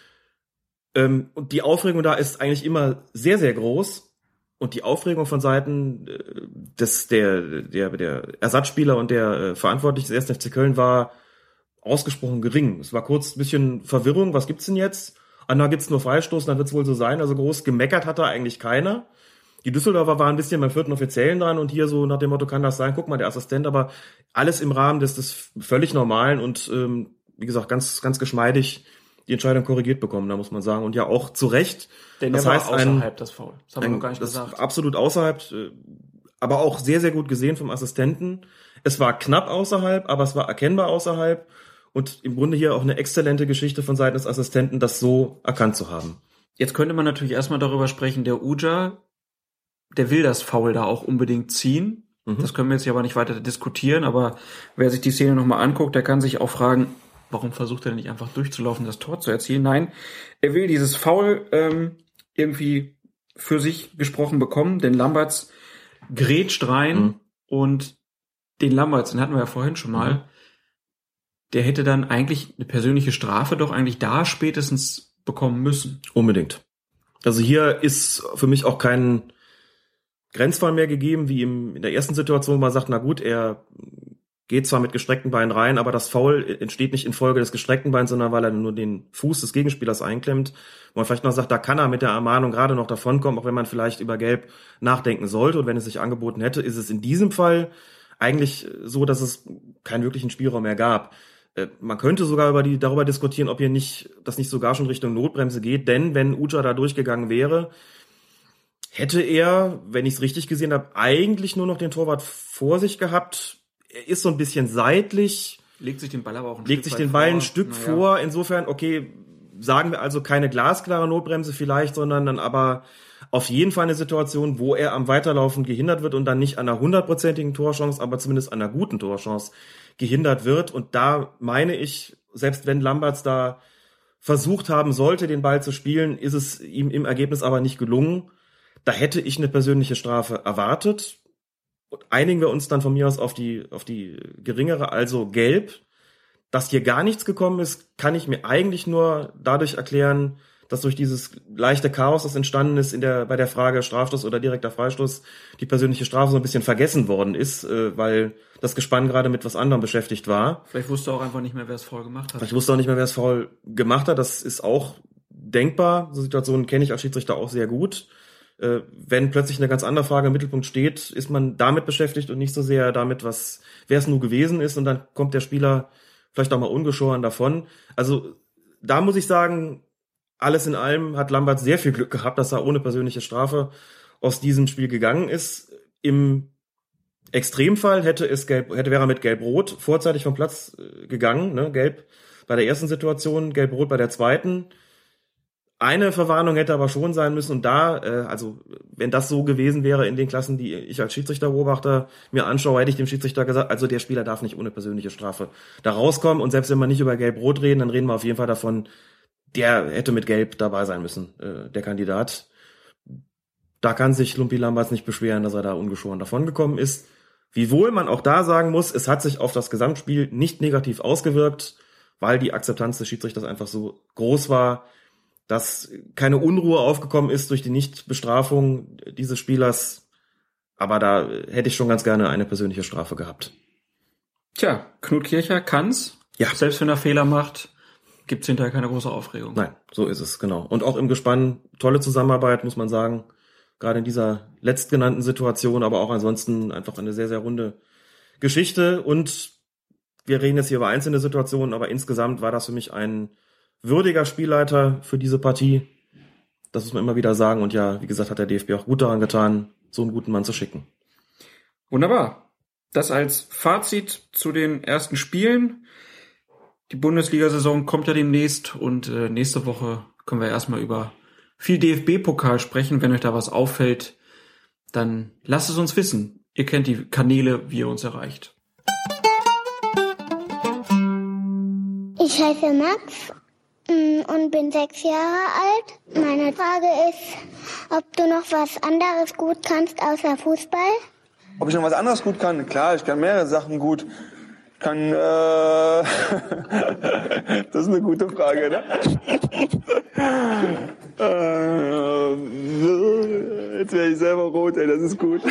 Und die Aufregung da ist eigentlich immer sehr, sehr groß. Und die Aufregung von Seiten der Ersatzspieler und der Verantwortlichen des 1. FC Köln war ausgesprochen gering. Es war kurz ein bisschen Verwirrung. Was gibt's denn jetzt? Da gibt's nur Freistoß, dann wird's wohl so sein. Also groß gemeckert hat da eigentlich keiner. Die Düsseldorfer waren ein bisschen beim 4. Offiziellen dran und hier so nach dem Motto, kann das sein? Guck mal, der Assistent, aber alles im Rahmen des völlig Normalen und wie gesagt, ganz, ganz geschmeidig die Entscheidung korrigiert bekommen, da muss man sagen. Und ja auch zu Recht. Denn das heißt, außerhalb das Foul. Das haben wir noch gar nicht gesagt. Absolut außerhalb, aber auch sehr, sehr gut gesehen vom Assistenten. Es war knapp außerhalb, aber es war erkennbar außerhalb. Und im Grunde hier auch eine exzellente Geschichte von Seiten des Assistenten, das so erkannt zu haben. Jetzt könnte man natürlich erstmal darüber sprechen, der Uja, der will das Foul da auch unbedingt ziehen. Das können wir jetzt hier aber nicht weiter diskutieren, aber wer sich die Szene nochmal anguckt, der kann sich auch fragen, warum versucht er denn nicht einfach durchzulaufen, das Tor zu erzielen? Nein, er will dieses Foul irgendwie für sich gesprochen bekommen, denn Lamberts grätscht rein und den Lamberts, den hatten wir ja vorhin schon mal, der hätte dann eigentlich eine persönliche Strafe doch eigentlich da spätestens bekommen müssen. Unbedingt. Also hier ist für mich auch kein Grenzfall mehr gegeben, wie in der ersten Situation, wo man sagt, na gut, er geht zwar mit gestreckten Beinen rein, aber das Foul entsteht nicht infolge des gestreckten Beins, sondern weil er nur den Fuß des Gegenspielers einklemmt. Wo man vielleicht noch sagt, da kann er mit der Ermahnung gerade noch davonkommen, auch wenn man vielleicht über Gelb nachdenken sollte. Und wenn es sich angeboten hätte, ist es in diesem Fall eigentlich so, dass es keinen wirklichen Spielraum mehr gab. Man könnte sogar darüber diskutieren, ob das nicht sogar schon Richtung Notbremse geht, denn wenn Uca da durchgegangen wäre, hätte er, wenn ich es richtig gesehen habe, eigentlich nur noch den Torwart vor sich gehabt. Er ist so ein bisschen seitlich. Legt sich den Ball aber auch ein Stück vor. Insofern, okay, sagen wir also keine glasklare Notbremse vielleicht, sondern dann aber auf jeden Fall eine Situation, wo er am Weiterlaufen gehindert wird und dann nicht an einer 100%igen Torchance, aber zumindest an einer guten Torchance gehindert wird. Und da meine ich, selbst wenn Lambertz da versucht haben sollte, den Ball zu spielen, ist es ihm im Ergebnis aber nicht gelungen. Da hätte ich eine persönliche Strafe erwartet. Und einigen wir uns dann von mir aus auf die geringere, also gelb. Dass hier gar nichts gekommen ist, kann ich mir eigentlich nur dadurch erklären, dass durch dieses leichte Chaos, das entstanden ist bei der Frage Strafstoß oder direkter Freistoß, die persönliche Strafe so ein bisschen vergessen worden ist, weil das Gespann gerade mit was anderem beschäftigt war. Vielleicht wusste er auch einfach nicht mehr, wer es faul gemacht hat. Das ist auch denkbar. So Situationen kenne ich als Schiedsrichter auch sehr gut. Wenn plötzlich eine ganz andere Frage im Mittelpunkt steht, ist man damit beschäftigt und nicht so sehr damit, wer es nun gewesen ist, und dann kommt der Spieler vielleicht auch mal ungeschoren davon. Also da muss ich sagen, alles in allem hat Lambert sehr viel Glück gehabt, dass er ohne persönliche Strafe aus diesem Spiel gegangen ist. Im Extremfall wäre er mit Gelb-Rot vorzeitig vom Platz gegangen, ne? Gelb bei der ersten Situation, Gelb-Rot bei der zweiten. Eine Verwarnung hätte aber schon sein müssen, und also wenn das so gewesen wäre in den Klassen, die ich als Schiedsrichterbeobachter mir anschaue, hätte ich dem Schiedsrichter gesagt, also der Spieler darf nicht ohne persönliche Strafe da rauskommen, und selbst wenn wir nicht über Gelb-Rot reden, dann reden wir auf jeden Fall davon, der hätte mit Gelb dabei sein müssen, der Kandidat. Da kann sich Lumpi Lambertz nicht beschweren, dass er da ungeschoren davongekommen ist. Wiewohl man auch da sagen muss, es hat sich auf das Gesamtspiel nicht negativ ausgewirkt, weil die Akzeptanz des Schiedsrichters einfach so groß war, dass keine Unruhe aufgekommen ist durch die Nichtbestrafung dieses Spielers. Aber da hätte ich schon ganz gerne eine persönliche Strafe gehabt. Tja, Knut Kircher kann's. Ja. Selbst wenn er Fehler macht, gibt's hinterher keine große Aufregung. Nein, so ist es, genau. Und auch im Gespann tolle Zusammenarbeit, muss man sagen. Gerade in dieser letztgenannten Situation, aber auch ansonsten einfach eine sehr, sehr runde Geschichte. Und wir reden jetzt hier über einzelne Situationen, aber insgesamt war das für mich ein würdiger Spielleiter für diese Partie. Das muss man immer wieder sagen. Und ja, wie gesagt, hat der DFB auch gut daran getan, so einen guten Mann zu schicken. Wunderbar. Das als Fazit zu den ersten Spielen. Die Bundesliga-Saison kommt ja demnächst, und nächste Woche können wir erstmal über viel DFB-Pokal sprechen. Wenn euch da was auffällt, dann lasst es uns wissen. Ihr kennt die Kanäle, wie ihr uns erreicht. Ich heiße Max und bin 6 Jahre alt. Meine Frage ist, ob du noch was anderes gut kannst außer Fußball? Ob ich noch was anderes gut kann? Klar, ich kann mehrere Sachen gut. Ich kann, das ist eine gute Frage, ne? Jetzt werde ich selber rot, ey, das ist gut.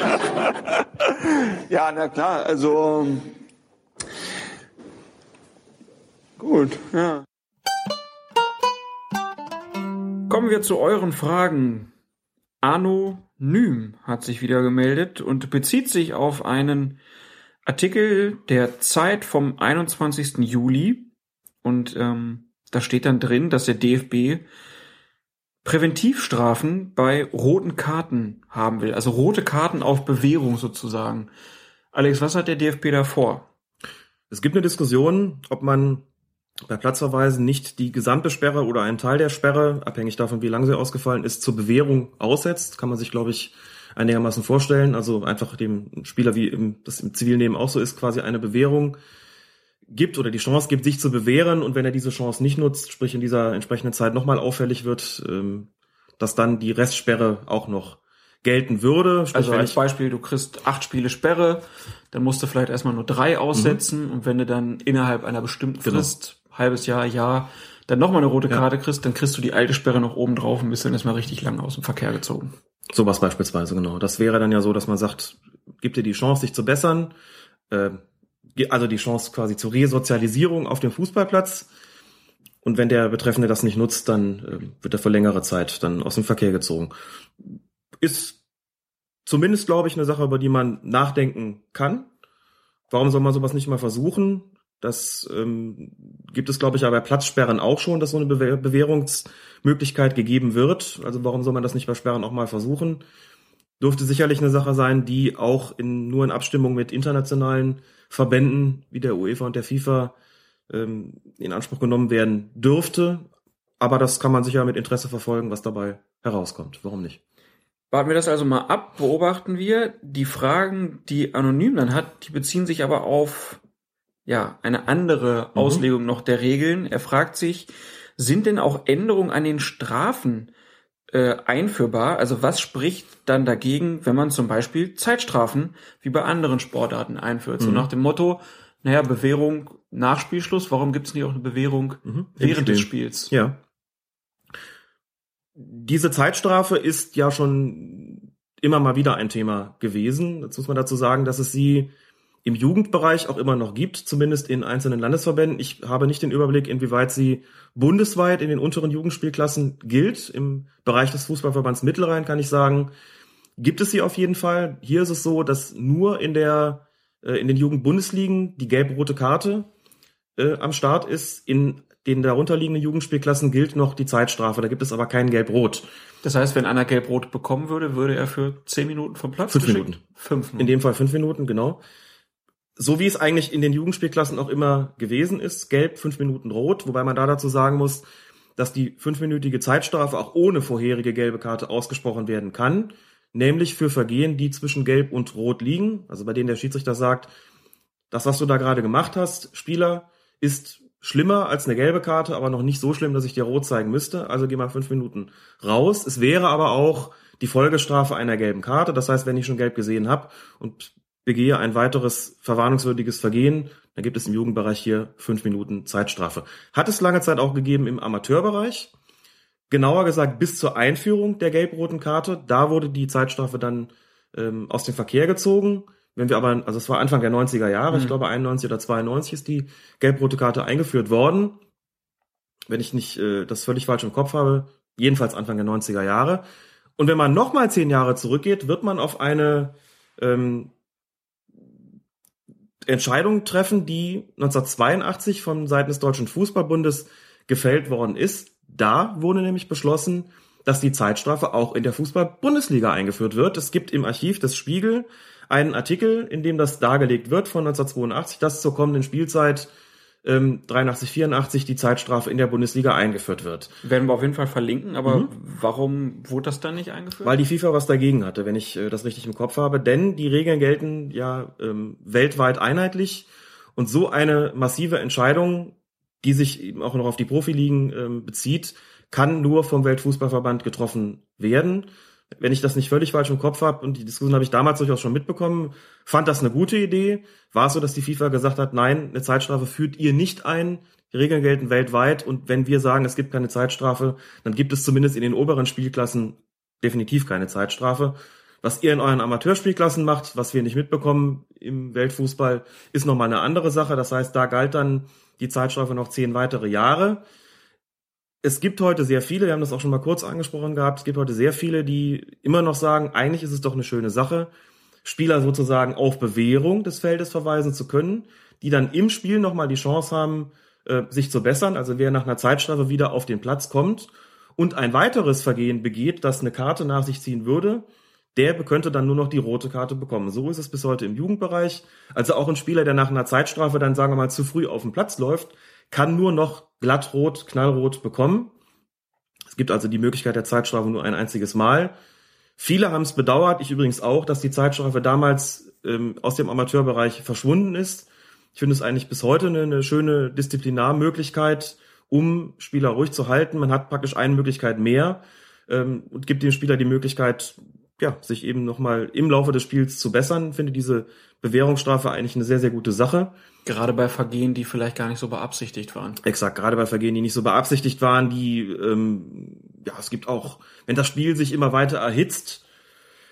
Ja, na klar, also gut, ja. Kommen wir zu euren Fragen. Anonym hat sich wieder gemeldet und bezieht sich auf einen Artikel der Zeit vom 21. Juli. Und da steht dann drin, dass der DFB Präventivstrafen bei roten Karten haben will. Also rote Karten auf Bewährung sozusagen. Alex, was hat der DFB da vor? Es gibt eine Diskussion, ob man bei Platzverweisen nicht die gesamte Sperre oder einen Teil der Sperre, abhängig davon, wie lang sie ausgefallen ist, zur Bewährung aussetzt. Kann man sich, glaube ich, einigermaßen vorstellen. Also einfach dem Spieler, wie das im Zivilleben auch so ist, quasi eine Bewährung gibt oder die Chance gibt, sich zu bewähren. Und wenn er diese Chance nicht nutzt, sprich in dieser entsprechenden Zeit nochmal auffällig wird, dass dann die Restsperre auch noch gelten würde. Sprich, also als Beispiel, du kriegst 8 Spiele Sperre, dann musst du vielleicht erstmal nur 3 aussetzen. Und wenn du dann innerhalb einer bestimmten Frist, halbes Jahr, dann nochmal eine rote Karte kriegst, dann kriegst du die alte Sperre noch oben drauf und bist dann erstmal richtig lang aus dem Verkehr gezogen. Sowas beispielsweise, genau. Das wäre dann ja so, dass man sagt, gib dir die Chance, dich zu bessern. also die Chance quasi zur Resozialisierung auf dem Fußballplatz. Und wenn der Betreffende das nicht nutzt, dann wird er für längere Zeit dann aus dem Verkehr gezogen. Ist zumindest, glaube ich, eine Sache, über die man nachdenken kann. Warum soll man sowas nicht mal versuchen? Das gibt es, glaube ich, aber bei Platzsperren auch schon, dass so eine Bewährungsmöglichkeit gegeben wird. Also warum soll man das nicht bei Sperren auch mal versuchen? Dürfte sicherlich eine Sache sein, die auch nur in Abstimmung mit internationalen Verbänden wie der UEFA und der FIFA in Anspruch genommen werden dürfte. Aber das kann man sicher mit Interesse verfolgen, was dabei herauskommt. Warum nicht? Warten wir das also mal ab, beobachten wir. Die Fragen, die Anonym dann hat, die beziehen sich aber auf eine andere Auslegung noch der Regeln. Er fragt sich, sind denn auch Änderungen an den Strafen einführbar? Also was spricht dann dagegen, wenn man zum Beispiel Zeitstrafen wie bei anderen Sportarten einführt? So nach dem Motto, Bewährung nach Spielschluss, warum gibt es nicht auch eine Bewährung während des Spiels? Ja. Diese Zeitstrafe ist ja schon immer mal wieder ein Thema gewesen. Jetzt muss man dazu sagen, dass es sie im Jugendbereich auch immer noch gibt, zumindest in einzelnen Landesverbänden. Ich habe nicht den Überblick, inwieweit sie bundesweit in den unteren Jugendspielklassen gilt. Im Bereich des Fußballverbands Mittelrhein kann ich sagen, gibt es sie auf jeden Fall. Hier ist es so, dass nur in den Jugendbundesligen die gelb-rote Karte am Start ist. In den darunterliegenden Jugendspielklassen gilt noch die Zeitstrafe. Da gibt es aber kein Gelb-Rot. Das heißt, wenn einer Gelb-Rot bekommen würde, würde er für 10 Minuten vom Platz 5 Minuten. 5 Minuten. In dem Fall 5 Minuten, genau. So wie es eigentlich in den Jugendspielklassen auch immer gewesen ist. Gelb, 5 Minuten Rot. Wobei man da dazu sagen muss, dass die 5-minütige Zeitstrafe auch ohne vorherige gelbe Karte ausgesprochen werden kann. Nämlich für Vergehen, die zwischen Gelb und Rot liegen. Also bei denen der Schiedsrichter sagt, das, was du da gerade gemacht hast, Spieler, ist schlimmer als eine gelbe Karte, aber noch nicht so schlimm, dass ich dir Rot zeigen müsste. Also geh mal 5 Minuten raus. Es wäre aber auch die Folgestrafe einer gelben Karte. Das heißt, wenn ich schon gelb gesehen habe und begehe ein weiteres verwarnungswürdiges Vergehen, dann gibt es im Jugendbereich hier 5 Minuten Zeitstrafe. Hat es lange Zeit auch gegeben im Amateurbereich. Genauer gesagt bis zur Einführung der gelb-roten Karte. Da wurde die Zeitstrafe dann aus dem Verkehr gezogen. Wenn wir aber, also es war Anfang der 90er Jahre, ich glaube 91 oder 92 ist die gelb-rote Karte eingeführt worden. Wenn ich nicht das völlig falsch im Kopf habe, jedenfalls Anfang der 90er Jahre. Und wenn man nochmal 10 Jahre zurückgeht, wird man auf eine Entscheidung treffen, die 1982 von Seiten des Deutschen Fußballbundes gefällt worden ist. Da wurde nämlich beschlossen, dass die Zeitstrafe auch in der Fußball-Bundesliga eingeführt wird. Es gibt im Archiv des Spiegel einen Artikel, in dem das dargelegt wird von 1982, dass zur kommenden Spielzeit 83, 84 die Zeitstrafe in der Bundesliga eingeführt wird. Werden wir auf jeden Fall verlinken, aber warum wurde das dann nicht eingeführt? Weil die FIFA was dagegen hatte, wenn ich das richtig im Kopf habe. Denn die Regeln gelten ja weltweit einheitlich und so eine massive Entscheidung, die sich eben auch noch auf die Profiligen bezieht, kann nur vom Weltfußballverband getroffen werden. Wenn ich das nicht völlig falsch im Kopf habe, und die Diskussion habe ich damals durchaus schon mitbekommen, fand das eine gute Idee. War es so, dass die FIFA gesagt hat, nein, eine Zeitstrafe führt ihr nicht ein, die Regeln gelten weltweit und wenn wir sagen, es gibt keine Zeitstrafe, dann gibt es zumindest in den oberen Spielklassen definitiv keine Zeitstrafe. Was ihr in euren Amateurspielklassen macht, was wir nicht mitbekommen im Weltfußball, ist nochmal eine andere Sache. Das heißt, da galt dann die Zeitstrafe noch 10 weitere Jahre. Es gibt heute sehr viele, wir haben das auch schon mal kurz angesprochen gehabt, es gibt heute sehr viele, die immer noch sagen, eigentlich ist es doch eine schöne Sache, Spieler sozusagen auf Bewährung des Feldes verweisen zu können, die dann im Spiel nochmal die Chance haben, sich zu bessern. Also wer nach einer Zeitstrafe wieder auf den Platz kommt und ein weiteres Vergehen begeht, das eine Karte nach sich ziehen würde, der könnte dann nur noch die rote Karte bekommen. So ist es bis heute im Jugendbereich. Also auch ein Spieler, der nach einer Zeitstrafe dann, sagen wir mal, zu früh auf den Platz läuft, kann nur noch glattrot, knallrot bekommen. Es gibt also die Möglichkeit der Zeitstrafe nur ein einziges Mal. Viele haben es bedauert, ich übrigens auch, dass die Zeitstrafe damals aus dem Amateurbereich verschwunden ist. Ich finde es eigentlich bis heute eine schöne Disziplinarmöglichkeit, um Spieler ruhig zu halten. Man hat praktisch eine Möglichkeit mehr und gibt dem Spieler die Möglichkeit, sich eben nochmal im Laufe des Spiels zu bessern. Ich finde diese Bewährungsstrafe eigentlich eine sehr, sehr gute Sache. Gerade bei Vergehen, die vielleicht gar nicht so beabsichtigt waren. Exakt, gerade bei Vergehen, die nicht so beabsichtigt waren, die, es gibt auch, wenn das Spiel sich immer weiter erhitzt,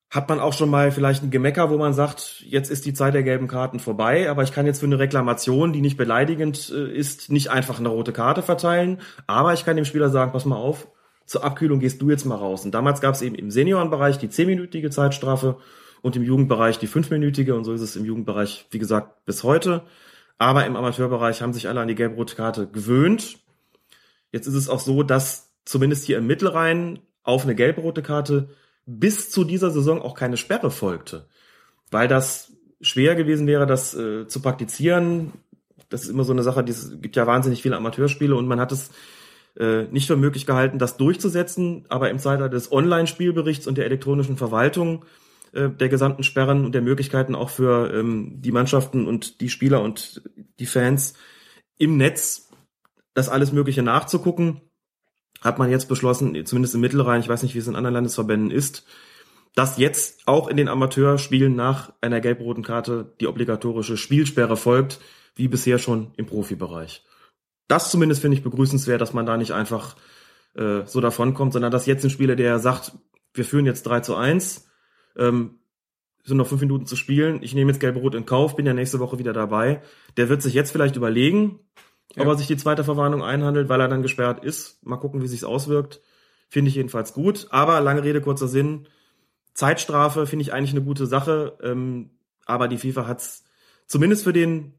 hat man auch schon mal vielleicht ein Gemecker, wo man sagt, jetzt ist die Zeit der gelben Karten vorbei, aber ich kann jetzt für eine Reklamation, die nicht beleidigend ist, nicht einfach eine rote Karte verteilen, aber ich kann dem Spieler sagen, pass mal auf, zur Abkühlung gehst du jetzt mal raus. Und damals gab es eben im Seniorenbereich die 10-minütige Zeitstrafe und im Jugendbereich die 5-minütige, und so ist es im Jugendbereich, wie gesagt, bis heute. Aber im Amateurbereich haben sich alle an die gelb-rote Karte gewöhnt. Jetzt ist es auch so, dass zumindest hier im Mittelrhein auf eine gelb-rote Karte bis zu dieser Saison auch keine Sperre folgte, weil das schwer gewesen wäre, das zu praktizieren. Das ist immer so eine Sache, es gibt ja wahnsinnig viele Amateurspiele und man hat es nicht für möglich gehalten, das durchzusetzen, aber im Zeitalter des Online-Spielberichts und der elektronischen Verwaltung der gesamten Sperren und der Möglichkeiten auch für die Mannschaften und die Spieler und die Fans im Netz das alles Mögliche nachzugucken, hat man jetzt beschlossen, zumindest im Mittelrhein, ich weiß nicht, wie es in anderen Landesverbänden ist, dass jetzt auch in den Amateurspielen nach einer gelb-roten Karte die obligatorische Spielsperre folgt, wie bisher schon im Profibereich. Das zumindest finde ich begrüßenswert, dass man da nicht einfach so davonkommt, sondern dass jetzt ein Spieler, der sagt, wir führen jetzt 3-1, sind noch 5 Minuten zu spielen, ich nehme jetzt gelb-rot in Kauf, bin ja nächste Woche wieder dabei, der wird sich jetzt vielleicht überlegen, ob er sich die zweite Verwarnung einhandelt, weil er dann gesperrt ist. Mal gucken, wie sich's auswirkt. Finde ich jedenfalls gut. Aber lange Rede, kurzer Sinn. Zeitstrafe finde ich eigentlich eine gute Sache. Aber die FIFA hat's zumindest für den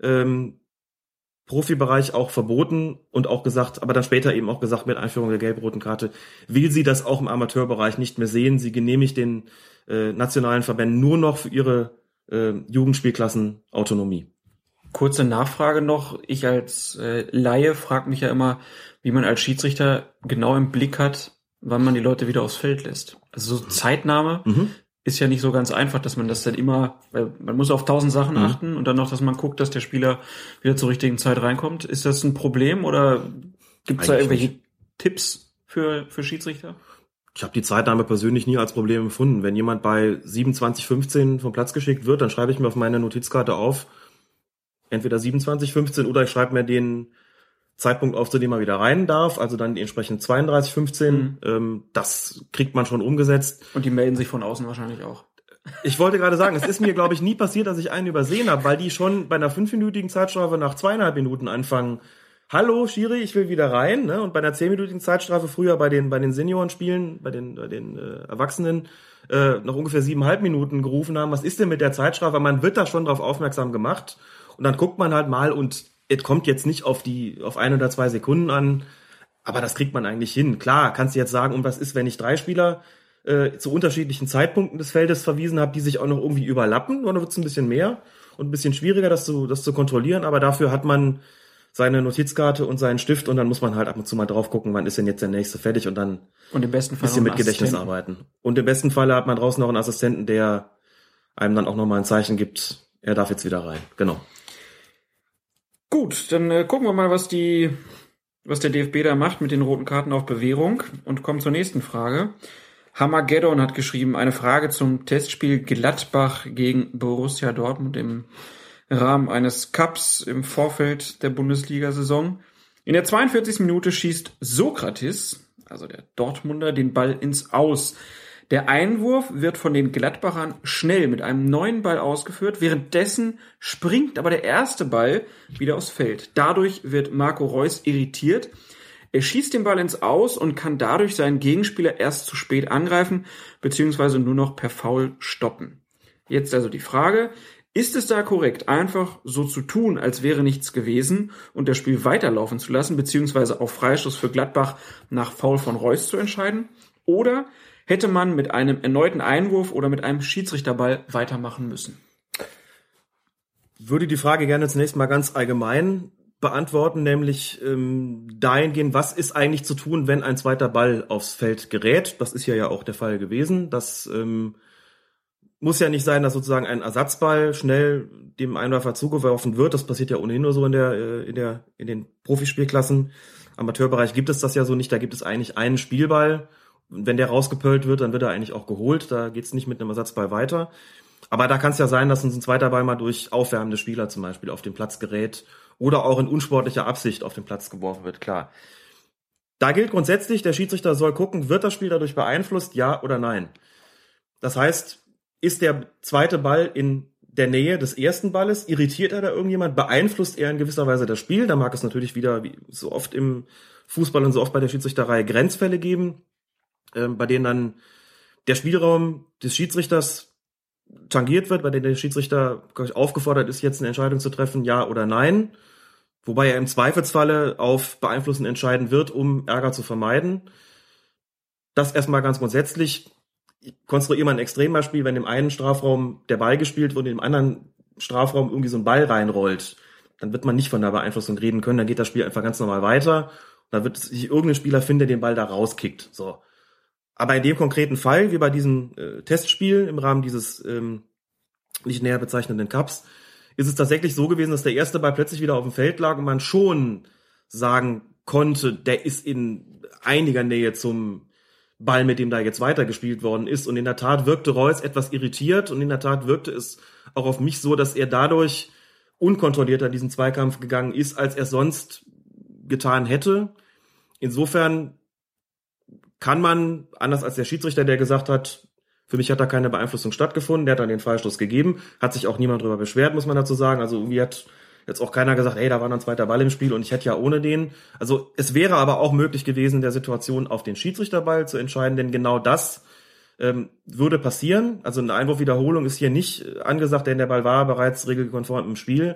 Profibereich auch verboten und auch gesagt, aber dann später eben auch gesagt, mit Einführung der gelb-roten Karte will sie das auch im Amateurbereich nicht mehr sehen. Sie genehmigt den nationalen Verbänden nur noch für ihre Jugendspielklassen Autonomie. Kurze Nachfrage noch. Ich als Laie frage mich ja immer, wie man als Schiedsrichter genau im Blick hat, wann man die Leute wieder aufs Feld lässt. Also so Zeitnahme ist ja nicht so ganz einfach, dass man das dann immer, weil man muss auf 1000 Sachen achten und dann noch, dass man guckt, dass der Spieler wieder zur richtigen Zeit reinkommt. Ist das ein Problem oder gibt es da irgendwelche Tipps für Schiedsrichter? Ich habe die Zeitnahme persönlich nie als Problem empfunden. Wenn jemand bei 27:15 vom Platz geschickt wird, dann schreibe ich mir auf meine Notizkarte auf, entweder 27:15 oder ich schreibe mir den Zeitpunkt auf, zu dem er wieder rein darf, also dann entsprechend 32:15. Das kriegt man schon umgesetzt. Und die melden sich von außen wahrscheinlich auch. Ich wollte gerade sagen, es ist mir, glaube ich, nie passiert, dass ich einen übersehen habe, weil die schon bei einer 5-minütigen Zeitstrafe nach 2,5 Minuten anfangen. Hallo, Schiri, ich will wieder rein. Ne? Und bei einer 10-minütigen Zeitstrafe früher bei den Seniorenspielen, bei den Erwachsenen, noch ungefähr 7,5 Minuten gerufen haben, was ist denn mit der Zeitstrafe? Man wird da schon drauf aufmerksam gemacht. Und dann guckt man halt mal und es kommt jetzt nicht auf 1 oder 2 Sekunden an, aber das kriegt man eigentlich hin. Klar, kannst du jetzt sagen, und was ist, wenn ich 3 Spieler zu unterschiedlichen Zeitpunkten des Feldes verwiesen habe, die sich auch noch irgendwie überlappen, oder wird es ein bisschen mehr und ein bisschen schwieriger, das zu kontrollieren, aber dafür hat man seine Notizkarte und seinen Stift und dann muss man halt ab und zu mal drauf gucken, wann ist denn jetzt der nächste fertig und dann und im besten Fall ein bisschen mit Gedächtnis arbeiten. Und im besten Fall hat man draußen noch einen Assistenten, der einem dann auch nochmal ein Zeichen gibt, er darf jetzt wieder rein. Genau. Gut, dann gucken wir mal, was der DFB da macht mit den roten Karten auf Bewährung und kommen zur nächsten Frage. Hammergeddon hat geschrieben, eine Frage zum Testspiel Gladbach gegen Borussia Dortmund im Rahmen eines Cups im Vorfeld der Bundesliga-Saison. In der 42. Minute schießt Sokratis, also der Dortmunder, den Ball ins Aus. Der Einwurf wird von den Gladbachern schnell mit einem neuen Ball ausgeführt. Währenddessen springt aber der erste Ball wieder aufs Feld. Dadurch wird Marco Reus irritiert. Er schießt den Ball ins Aus und kann dadurch seinen Gegenspieler erst zu spät angreifen, beziehungsweise nur noch per Foul stoppen. Jetzt also die Frage, ist es da korrekt, einfach so zu tun, als wäre nichts gewesen und das Spiel weiterlaufen zu lassen, beziehungsweise auf Freistoß für Gladbach nach Foul von Reus zu entscheiden? Oder hätte man mit einem erneuten Einwurf oder mit einem Schiedsrichterball weitermachen müssen? Würde die Frage gerne zunächst mal ganz allgemein beantworten, nämlich dahingehend, was ist eigentlich zu tun, wenn ein zweiter Ball aufs Feld gerät? Das ist ja auch der Fall gewesen. Das muss ja nicht sein, dass sozusagen ein Ersatzball schnell dem Einwerfer zugeworfen wird. Das passiert ja ohnehin nur so in den Profispielklassen. Im Amateurbereich gibt es das ja so nicht. Da gibt es eigentlich einen Spielball. Wenn der rausgepölt wird, dann wird er eigentlich auch geholt. Da geht's nicht mit einem Ersatzball weiter. Aber da kann es ja sein, dass uns ein zweiter Ball mal durch aufwärmende Spieler zum Beispiel auf den Platz gerät oder auch in unsportlicher Absicht auf den Platz geworfen wird, klar. Da gilt grundsätzlich, der Schiedsrichter soll gucken, wird das Spiel dadurch beeinflusst, ja oder nein. Das heißt, ist der zweite Ball in der Nähe des ersten Balles, irritiert er da irgendjemand, beeinflusst er in gewisser Weise das Spiel? Da mag es natürlich wieder, wie so oft im Fußball und so oft bei der Schiedsrichterei, Grenzfälle geben, bei denen dann der Spielraum des Schiedsrichters tangiert wird, bei denen der Schiedsrichter aufgefordert ist, jetzt eine Entscheidung zu treffen, ja oder nein, wobei er im Zweifelsfalle auf Beeinflussen entscheiden wird, um Ärger zu vermeiden. Das erstmal ganz grundsätzlich. Konstruiere mal ein Extrembeispiel, wenn im einen Strafraum der Ball gespielt wird und im anderen Strafraum irgendwie so ein Ball reinrollt, dann wird man nicht von der Beeinflussung reden können, dann geht das Spiel einfach ganz normal weiter und dann wird sich irgendein Spieler finden, der den Ball da rauskickt. So. Aber in dem konkreten Fall, wie bei diesem Testspiel im Rahmen dieses nicht näher bezeichneten Cups, ist es tatsächlich so gewesen, dass der erste Ball plötzlich wieder auf dem Feld lag und man schon sagen konnte, der ist in einiger Nähe zum Ball, mit dem da jetzt weitergespielt worden ist. Und in der Tat wirkte Reus etwas irritiert und in der Tat wirkte es auch auf mich so, dass er dadurch unkontrollierter in diesen Zweikampf gegangen ist, als er sonst getan hätte. Insofern kann man, anders als der Schiedsrichter, der gesagt hat, für mich hat da keine Beeinflussung stattgefunden, der hat dann den Freistoß gegeben, hat sich auch niemand drüber beschwert, muss man dazu sagen. Also irgendwie hat jetzt auch keiner gesagt, ey, da war noch ein zweiter Ball im Spiel und ich hätte ja ohne den. Also es wäre aber auch möglich gewesen, in der Situation auf den Schiedsrichterball zu entscheiden, denn genau das würde passieren. Also eine Einwurfwiederholung ist hier nicht angesagt, denn der Ball war bereits regelkonform im Spiel,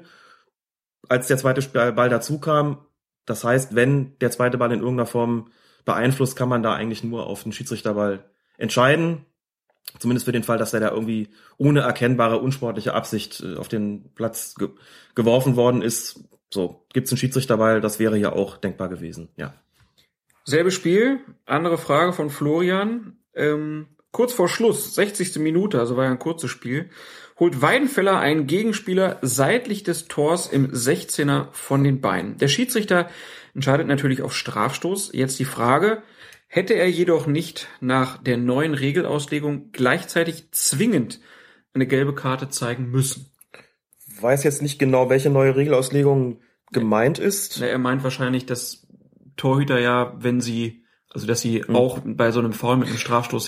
als der zweite Ball dazu kam. Das heißt, wenn der zweite Ball in irgendeiner Form beeinflusst, kann man da eigentlich nur auf den Schiedsrichterball entscheiden. Zumindest für den Fall, dass der da irgendwie ohne erkennbare unsportliche Absicht auf den Platz geworfen worden ist. So, gibt's einen Schiedsrichterball, das wäre ja auch denkbar gewesen, ja. Selbes Spiel, andere Frage von Florian. Kurz vor Schluss, 60. Minute, also war ja ein kurzes Spiel, holt Weidenfeller einen Gegenspieler seitlich des Tors im 16er von den Beinen. Der Schiedsrichter entscheidet natürlich auf Strafstoß. Jetzt die Frage: Hätte er jedoch nicht nach der neuen Regelauslegung gleichzeitig zwingend eine gelbe Karte zeigen müssen? Weiß jetzt nicht genau, welche neue Regelauslegung gemeint ist. Er meint wahrscheinlich, dass Torhüter ja, dass sie auch bei so einem Foul mit einem Strafstoß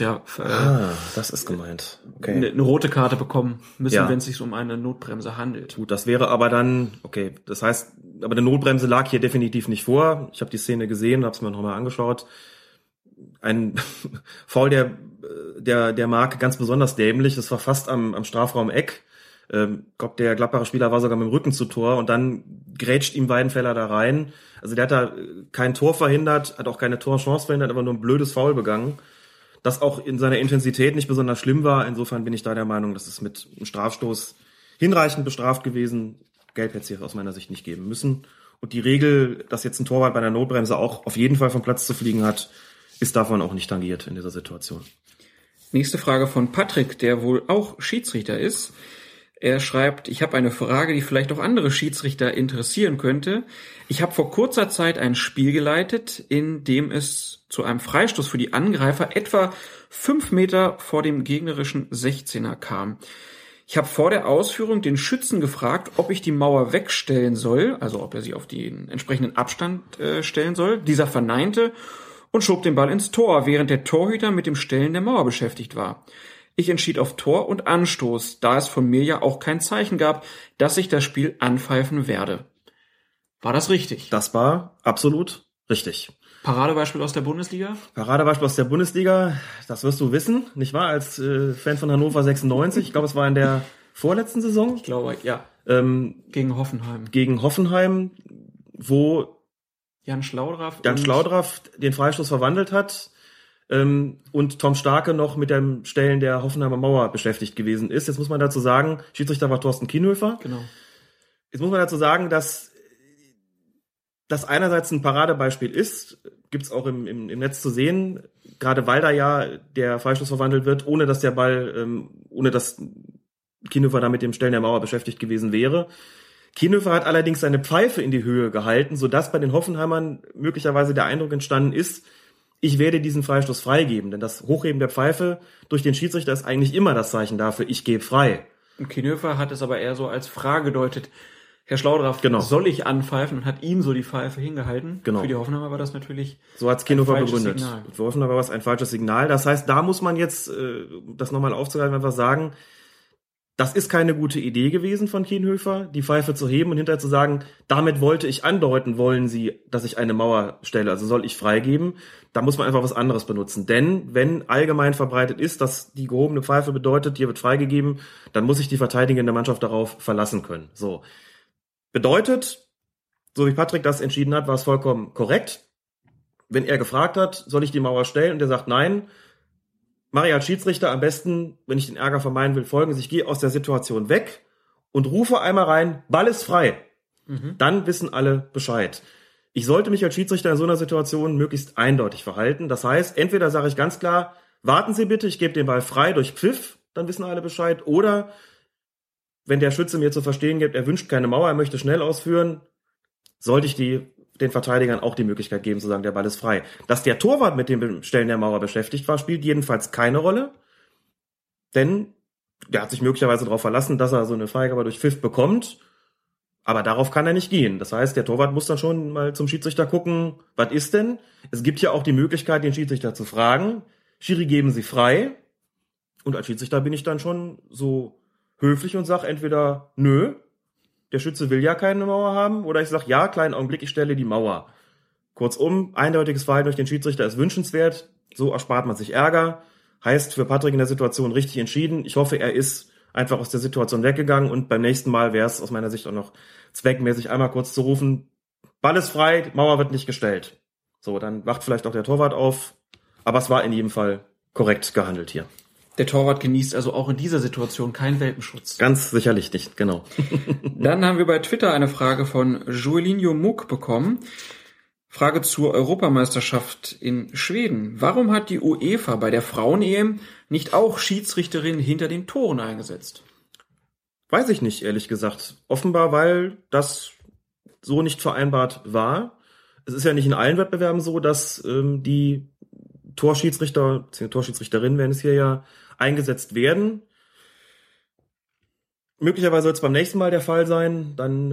das ist gemeint. Okay. Eine rote Karte bekommen müssen, wenn es sich um eine Notbremse handelt. Gut, das wäre aber dann, okay, das heißt, aber eine Notbremse lag hier definitiv nicht vor. Ich habe die Szene gesehen, habe es mir nochmal angeschaut. Ein Foul der Marke ganz besonders dämlich. Das war fast am Strafraum-Eck. Ich glaube, der Gladbacher Spieler war sogar mit dem Rücken zu Tor und dann grätscht ihm Weidenfeller da rein. Also der hat da kein Tor verhindert, hat auch keine Torchance verhindert, aber nur ein blödes Foul begangen, das auch in seiner Intensität nicht besonders schlimm war. Insofern bin ich da der Meinung, dass es mit einem Strafstoß hinreichend bestraft gewesen. Gelb hätte es hier aus meiner Sicht nicht geben müssen. Und die Regel, dass jetzt ein Torwart bei einer Notbremse auch auf jeden Fall vom Platz zu fliegen hat, ist davon auch nicht tangiert in dieser Situation. Nächste Frage von Patrick, der wohl auch Schiedsrichter ist. Er schreibt: Ich habe eine Frage, die vielleicht auch andere Schiedsrichter interessieren könnte. Ich habe vor kurzer Zeit ein Spiel geleitet, in dem es zu einem Freistoß für die Angreifer etwa 5 Meter vor dem gegnerischen 16er kam. Ich habe vor der Ausführung den Schützen gefragt, ob ich die Mauer wegstellen soll, also ob er sie auf den entsprechenden Abstand stellen soll. Dieser verneinte und schob den Ball ins Tor, während der Torhüter mit dem Stellen der Mauer beschäftigt war. Ich entschied auf Tor und Anstoß, da es von mir ja auch kein Zeichen gab, dass ich das Spiel anpfeifen werde. War das richtig? Das war absolut richtig. Paradebeispiel aus der Bundesliga? Paradebeispiel aus der Bundesliga, das wirst du wissen, nicht wahr? Als Fan von Hannover 96, ich glaube, es war in der vorletzten Saison. Ich glaube, ja. Gegen Hoffenheim. Gegen Hoffenheim, wo Jan Schlaudraff den Freistoß verwandelt hat und Tom Starke noch mit dem Stellen der Hoffenheimer Mauer beschäftigt gewesen ist. Jetzt muss man dazu sagen, Schiedsrichter war Thorsten Kienhöfer. Genau. Jetzt muss man dazu sagen, dass das einerseits ein Paradebeispiel ist, gibt's auch im Netz zu sehen, gerade weil da ja der Freistoß verwandelt wird, ohne dass Kienhöfer da mit dem Stellen der Mauer beschäftigt gewesen wäre. Kienhöfer hat allerdings seine Pfeife in die Höhe gehalten, sodass bei den Hoffenheimern möglicherweise der Eindruck entstanden ist, ich werde diesen Freistoß freigeben, denn das Hochheben der Pfeife durch den Schiedsrichter ist eigentlich immer das Zeichen dafür, ich gebe frei. Und Kienhöfer hat es aber eher so als Frage gedeutet. Herr Schlaudraff, Genau. soll ich anpfeifen und hat ihm so die Pfeife hingehalten. Genau. Für die Hoffenheimer war das natürlich So hat's Kienhofer falsches begründet. Signal. Für Hoffenheim war es ein falsches Signal. Das heißt, da muss man jetzt, das nochmal aufzugreifen, einfach sagen, das ist keine gute Idee gewesen von Kienhöfer, die Pfeife zu heben und hinterher zu sagen, damit wollte ich andeuten, wollen Sie, dass ich eine Mauer stelle, also soll ich freigeben. Da muss man einfach was anderes benutzen. Denn wenn allgemein verbreitet ist, dass die gehobene Pfeife bedeutet, hier wird freigegeben, dann muss sich die verteidigende Mannschaft darauf verlassen können. So. Bedeutet, so wie Patrick das entschieden hat, war es vollkommen korrekt. Wenn er gefragt hat, soll ich die Mauer stellen, und der sagt nein, mache ich als Schiedsrichter am besten, wenn ich den Ärger vermeiden will, Folgendes: Ich gehe aus der Situation weg und rufe einmal rein, Ball ist frei. Dann wissen alle Bescheid. Ich sollte mich als Schiedsrichter in so einer Situation möglichst eindeutig verhalten. Das heißt, entweder sage ich ganz klar, warten Sie bitte, ich gebe den Ball frei durch Pfiff, dann wissen alle Bescheid. Oder wenn der Schütze mir zu verstehen gibt, er wünscht keine Mauer, er möchte schnell ausführen, sollte ich den Verteidigern auch die Möglichkeit geben, zu sagen, der Ball ist frei. Dass der Torwart mit dem Stellen der Mauer beschäftigt war, spielt jedenfalls keine Rolle, denn der hat sich möglicherweise darauf verlassen, dass er so eine Freigabe durch Pfiff bekommt, aber darauf kann er nicht gehen. Das heißt, der Torwart muss dann schon mal zum Schiedsrichter gucken, was ist denn? Es gibt ja auch die Möglichkeit, den Schiedsrichter zu fragen, Schiri, geben Sie frei? Und als Schiedsrichter bin ich dann schon so höflich und sage entweder nö, der Schütze will ja keine Mauer haben, oder ich sage, ja, kleinen Augenblick, ich stelle die Mauer. Kurzum, eindeutiges Verhalten durch den Schiedsrichter ist wünschenswert, so erspart man sich Ärger, heißt für Patrick in der Situation richtig entschieden. Ich hoffe, er ist einfach aus der Situation weggegangen, und beim nächsten Mal wäre es aus meiner Sicht auch noch zweckmäßig, einmal kurz zu rufen, Ball ist frei, Mauer wird nicht gestellt. So, dann wacht vielleicht auch der Torwart auf, aber es war in jedem Fall korrekt gehandelt hier. Der Torwart genießt also auch in dieser Situation keinen Welpenschutz. Ganz sicherlich nicht, genau. Dann haben wir bei Twitter eine Frage von Joelinho Muck bekommen. Frage zur Europameisterschaft in Schweden. Warum hat die UEFA bei der Frauen-EM nicht auch Schiedsrichterinnen hinter den Toren eingesetzt? Weiß ich nicht, ehrlich gesagt. Offenbar, weil das so nicht vereinbart war. Es ist ja nicht in allen Wettbewerben so, dass die Torschiedsrichter, Torschiedsrichterinnen werden es hier ja eingesetzt werden. Möglicherweise soll es beim nächsten Mal der Fall sein. Dann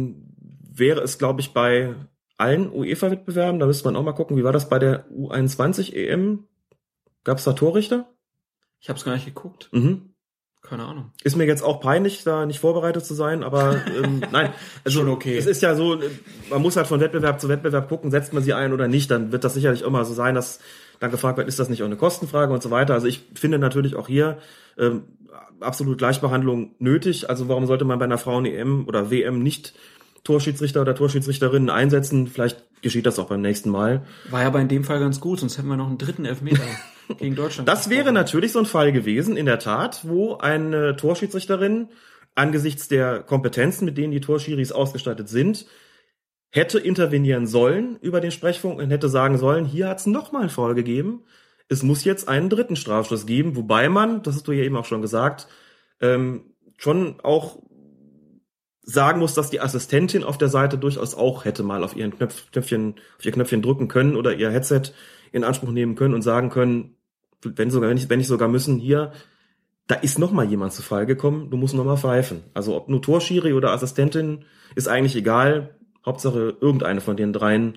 wäre es, glaube ich, bei allen UEFA-Wettbewerben, da müsste man auch mal gucken, wie war das bei der U21-EM? Gab es da Torrichter? Ich habe es gar nicht geguckt. Keine Ahnung. Ist mir jetzt auch peinlich, da nicht vorbereitet zu sein, aber nein. Also, schon okay. Es ist ja so, man muss halt von Wettbewerb zu Wettbewerb gucken, setzt man sie ein oder nicht, dann wird das sicherlich immer so sein, dass dann gefragt wird, ist das nicht auch eine Kostenfrage und so weiter. Also ich finde natürlich auch hier absolut Gleichbehandlung nötig. Also warum sollte man bei einer Frauen-EM oder WM nicht Torschiedsrichter oder Torschiedsrichterinnen einsetzen? Vielleicht geschieht das auch beim nächsten Mal. War ja aber in dem Fall ganz gut, sonst hätten wir noch einen dritten Elfmeter gegen Deutschland. Das wäre natürlich so ein Fall gewesen, in der Tat, wo eine Torschiedsrichterin angesichts der Kompetenzen, mit denen die Torschiris ausgestattet sind, hätte intervenieren sollen über den Sprechfunk und hätte sagen sollen, hier hat es nochmal einen Foul gegeben. Es muss jetzt einen dritten Strafstoß geben, wobei man, das hast du ja eben auch schon gesagt, schon auch sagen muss, dass die Assistentin auf der Seite durchaus auch hätte mal auf ihr Knöpfchen drücken können oder ihr Headset in Anspruch nehmen können und sagen können, wenn nicht sogar müssen, hier, da ist noch mal jemand zu Fall gekommen, du musst noch mal pfeifen. Also ob nur Torschiri oder Assistentin, ist eigentlich egal. Hauptsache irgendeine von den dreien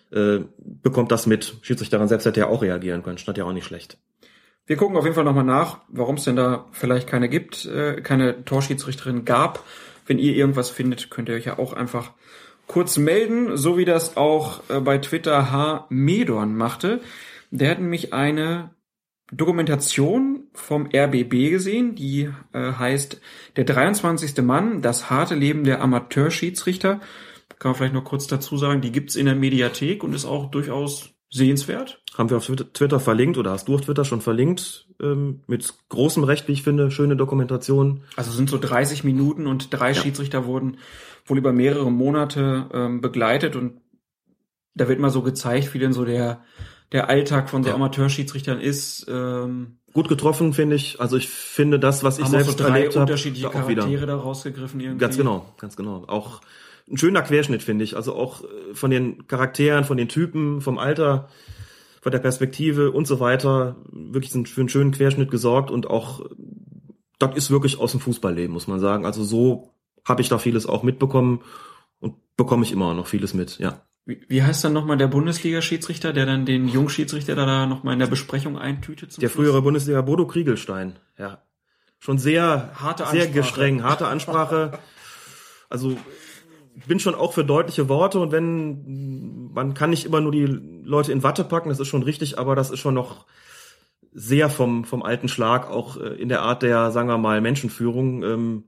bekommt das mit. Schiedsrichterin selbst hätte ja auch reagieren können, stand ja auch nicht schlecht. Wir gucken auf jeden Fall nochmal nach, warum es denn da vielleicht keine Torschiedsrichterin gab. Wenn ihr irgendwas findet, könnt ihr euch ja auch einfach kurz melden, so wie das auch bei Twitter H. Medorn machte. Der hat nämlich eine Dokumentation vom RBB gesehen, die heißt Der 23. Mann, das harte Leben der Amateurschiedsrichter. Kann man vielleicht noch kurz dazu sagen, die gibt's in der Mediathek und ist auch durchaus sehenswert. Haben wir auf Twitter verlinkt oder hast du auf Twitter schon verlinkt, mit großem Recht, wie ich finde, schöne Dokumentation. Also sind so 30 Minuten und 3 Schiedsrichter wurden wohl über mehrere Monate begleitet und da wird mal so gezeigt, wie denn so der Alltag von so Amateurschiedsrichtern ist. Gut getroffen, finde ich. Also ich finde das, was ich selbst erlebt habe, erlebt habe, unterschiedliche Charaktere da rausgegriffen irgendwie. Ganz genau. Auch ein schöner Querschnitt, finde ich. Also auch von den Charakteren, von den Typen, vom Alter, von der Perspektive und so weiter. Wirklich für einen schönen Querschnitt gesorgt und auch, das ist wirklich aus dem Fußballleben, muss man sagen. Also so habe ich da vieles auch mitbekommen und bekomme ich immer noch vieles mit, ja. Wie heißt dann nochmal der Bundesliga-Schiedsrichter, der dann den Jungschiedsrichter da nochmal in der Besprechung eintütet? Der frühere Bundesliga Bodo Kriegelstein, ja. Schon sehr gestreng, harte Ansprache. Also ich bin schon auch für deutliche Worte und man kann nicht immer nur die Leute in Watte packen, das ist schon richtig, aber das ist schon noch sehr vom alten Schlag, auch in der Art der, sagen wir mal, Menschenführung.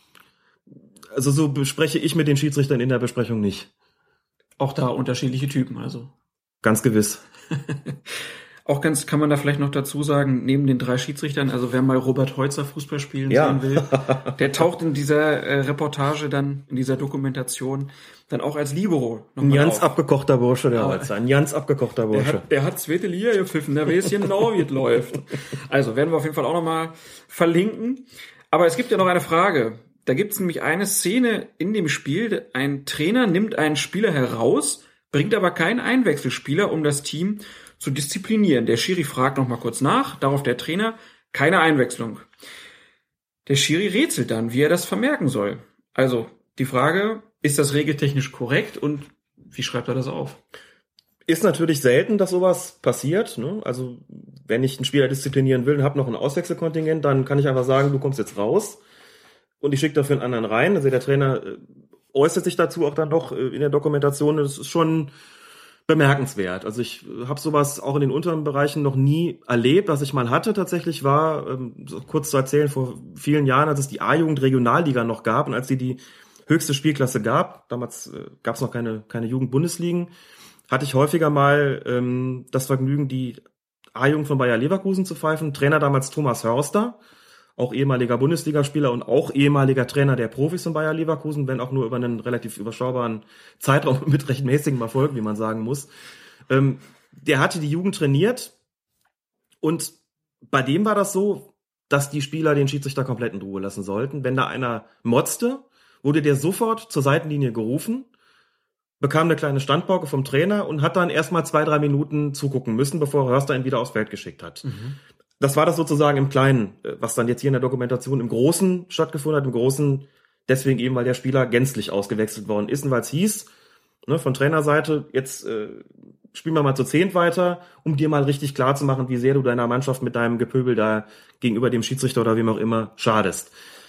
Also so bespreche ich mit den Schiedsrichtern in der Besprechung nicht. Auch da unterschiedliche Typen, also. Ganz gewiss. Kann man da vielleicht noch dazu sagen, neben den 3 Schiedsrichtern, also wer mal Robert Heutzer Fußball spielen sehen will, der taucht in dieser Reportage dann, in dieser Dokumentation, dann auch als Libero noch ein mal ganz auf. Abgekochter Bursche, der Heutzer, ein ganz abgekochter Bursche. Der hat zweite Liga gepfiffen, der weiß genau, wie es läuft. Also werden wir auf jeden Fall auch nochmal verlinken. Aber es gibt ja noch eine Frage. Da gibt es nämlich eine Szene in dem Spiel, ein Trainer nimmt einen Spieler heraus, bringt aber keinen Einwechselspieler, um das Team zu disziplinieren. Der Schiri fragt noch mal kurz nach, darauf der Trainer, keine Einwechslung. Der Schiri rätselt dann, wie er das vermerken soll. Also die Frage, ist das regeltechnisch korrekt und wie schreibt er das auf? Ist natürlich selten, dass sowas passiert, ne? Also wenn ich einen Spieler disziplinieren will und habe noch ein Auswechselkontingent, dann kann ich einfach sagen, du kommst jetzt raus und ich schicke dafür einen anderen rein. Also der Trainer äußert sich dazu auch dann noch in der Dokumentation. Das ist schon bemerkenswert. Also ich habe sowas auch in den unteren Bereichen noch nie erlebt. Was ich mal hatte tatsächlich war, so kurz zu erzählen, vor vielen Jahren, als es die A-Jugend-Regionalliga noch gab und als die höchste Spielklasse gab, damals gab es noch keine Jugend-Bundesligen, hatte ich häufiger mal das Vergnügen, die A-Jugend von Bayer Leverkusen zu pfeifen. Trainer damals Thomas Hörster, auch ehemaliger Bundesligaspieler und auch ehemaliger Trainer der Profis von Bayer Leverkusen, wenn auch nur über einen relativ überschaubaren Zeitraum mit recht mäßigem Erfolg, wie man sagen muss. Der hatte die Jugend trainiert und bei dem war das so, dass die Spieler den Schiedsrichter komplett in Ruhe lassen sollten. Wenn da einer motzte, wurde der sofort zur Seitenlinie gerufen, bekam eine kleine Standpauke vom Trainer und hat dann erstmal 2-3 Minuten zugucken müssen, bevor Hörster ihn wieder aufs Feld geschickt hat. Mhm. Das war das sozusagen im Kleinen, was dann jetzt hier in der Dokumentation im Großen stattgefunden hat, im Großen deswegen eben, weil der Spieler gänzlich ausgewechselt worden ist und weil es hieß, ne, von Trainerseite, jetzt spielen wir mal zu 10 weiter, um dir mal richtig klar zu machen, wie sehr du deiner Mannschaft mit deinem Gepöbel da gegenüber dem Schiedsrichter oder wem auch immer schadest.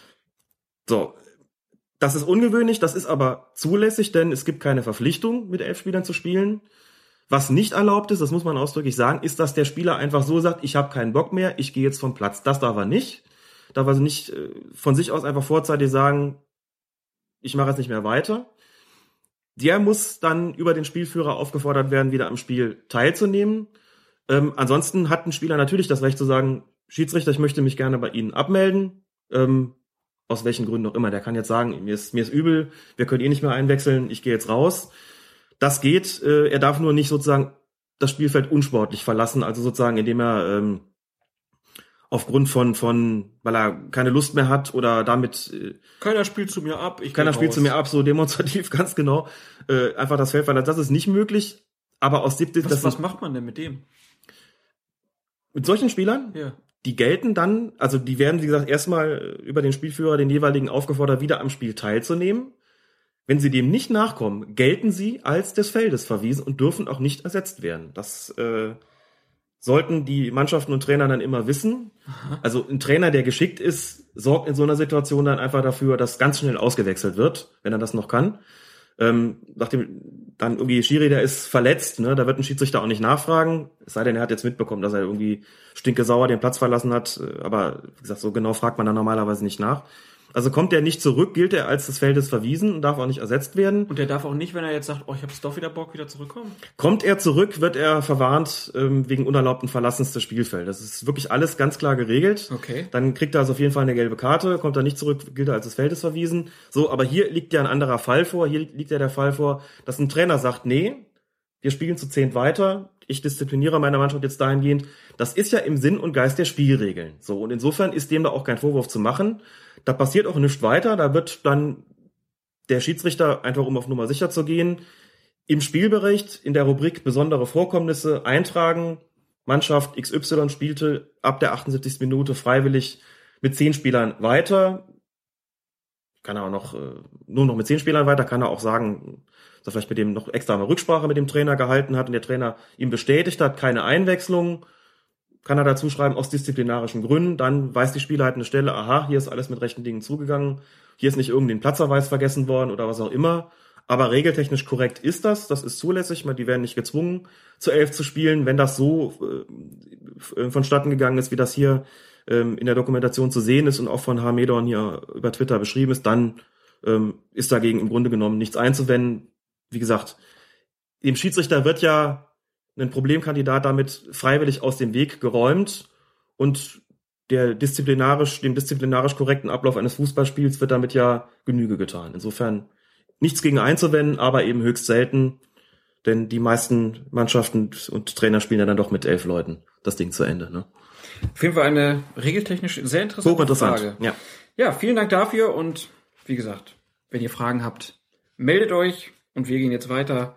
So, das ist ungewöhnlich, das ist aber zulässig, denn es gibt keine Verpflichtung, mit 11 Spielern zu spielen. Was nicht erlaubt ist, das muss man ausdrücklich sagen, ist, dass der Spieler einfach so sagt, ich habe keinen Bock mehr, ich gehe jetzt vom Platz. Das darf er nicht. Darf also nicht von sich aus einfach vorzeitig sagen, ich mache jetzt nicht mehr weiter. Der muss dann über den Spielführer aufgefordert werden, wieder am Spiel teilzunehmen. Ansonsten hat ein Spieler natürlich das Recht zu sagen, Schiedsrichter, ich möchte mich gerne bei Ihnen abmelden. Aus welchen Gründen auch immer. Der kann jetzt sagen, mir ist übel, wir können nicht mehr einwechseln, ich gehe jetzt raus. Das geht, er darf nur nicht sozusagen das Spielfeld unsportlich verlassen, also sozusagen indem er aufgrund von weil er keine Lust mehr hat oder damit keiner spielt zu mir ab, so demonstrativ, ganz genau, einfach das Feld verlassen. Das ist nicht möglich, aber aus was macht man denn mit dem? Mit solchen Spielern? Ja. Die gelten dann, also die werden, wie gesagt, erstmal über den Spielführer, den jeweiligen aufgefordert, wieder am Spiel teilzunehmen. Wenn sie dem nicht nachkommen, gelten sie als des Feldes verwiesen und dürfen auch nicht ersetzt werden. Das sollten die Mannschaften und Trainer dann immer wissen. Aha. Also ein Trainer, der geschickt ist, sorgt in so einer Situation dann einfach dafür, dass ganz schnell ausgewechselt wird, wenn er das noch kann. Nachdem dann irgendwie Schiri, der ist verletzt, ne, da wird ein Schiedsrichter auch nicht nachfragen, es sei denn, er hat jetzt mitbekommen, dass er irgendwie stinkesauer den Platz verlassen hat, aber wie gesagt, so genau fragt man dann normalerweise nicht nach. Also kommt er nicht zurück, gilt er als des Feldes verwiesen und darf auch nicht ersetzt werden. Und er darf auch nicht, wenn er jetzt sagt, ich habe jetzt doch wieder Bock, wieder zurückkommen? Kommt er zurück, wird er verwarnt wegen unerlaubten Verlassens des Spielfelds. Das ist wirklich alles ganz klar geregelt. Okay. Dann kriegt er also auf jeden Fall eine gelbe Karte, kommt er nicht zurück, gilt er als des Feldes verwiesen. So, aber hier liegt ja ein anderer Fall vor. Hier liegt ja der Fall vor, dass ein Trainer sagt, nee, wir spielen zu 10 weiter, ich diszipliniere meine Mannschaft jetzt dahingehend. Das ist ja im Sinn und Geist der Spielregeln. So, und insofern ist dem da auch kein Vorwurf zu machen. Da passiert auch nichts weiter, da wird dann der Schiedsrichter, einfach um auf Nummer sicher zu gehen, im Spielbericht in der Rubrik besondere Vorkommnisse eintragen, Mannschaft XY spielte ab der 78. Minute freiwillig mit 10 Spielern weiter. kann er auch noch nur noch mit 10 Spielern weiter, kann er auch sagen, dass er vielleicht mit dem noch extra eine Rücksprache mit dem Trainer gehalten hat und der Trainer ihm bestätigt hat, keine Einwechslung, kann er dazu schreiben, aus disziplinarischen Gründen, dann weiß die Spieler halt eine Stelle, aha, hier ist alles mit rechten Dingen zugegangen, hier ist nicht irgendein Platzverweis vergessen worden oder was auch immer, aber regeltechnisch korrekt ist das ist zulässig, die werden nicht gezwungen, zu 11 zu spielen, wenn das so vonstatten gegangen ist, wie das hier in der Dokumentation zu sehen ist und auch von Hamedorn hier über Twitter beschrieben ist, dann ist dagegen im Grunde genommen nichts einzuwenden. Wie gesagt, dem Schiedsrichter wird ja ein Problemkandidat damit freiwillig aus dem Weg geräumt und dem disziplinarisch korrekten Ablauf eines Fußballspiels wird damit ja Genüge getan. Insofern nichts gegen einzuwenden, aber eben höchst selten, denn die meisten Mannschaften und Trainer spielen ja dann doch mit 11 Leuten das Ding zu Ende. Ne? Auf jeden Fall eine regeltechnisch sehr interessante Frage. Ja, vielen Dank dafür und wie gesagt, wenn ihr Fragen habt, meldet euch und wir gehen jetzt weiter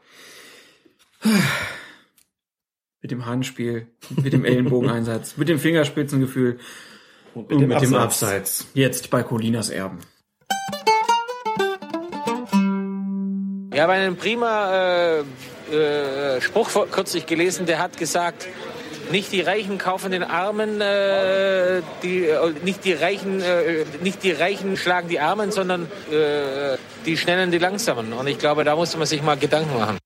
mit dem Handspiel, mit dem Ellenbogeneinsatz, mit dem Fingerspitzengefühl und mit dem Abseits. Jetzt bei Colinas Erben. Ich habe einen prima Spruch kürzlich gelesen, der hat gesagt, nicht die Reichen kaufen den Armen, nicht die Reichen schlagen die Armen, sondern die Schnellen die Langsamen. Und ich glaube, da muss man sich mal Gedanken machen.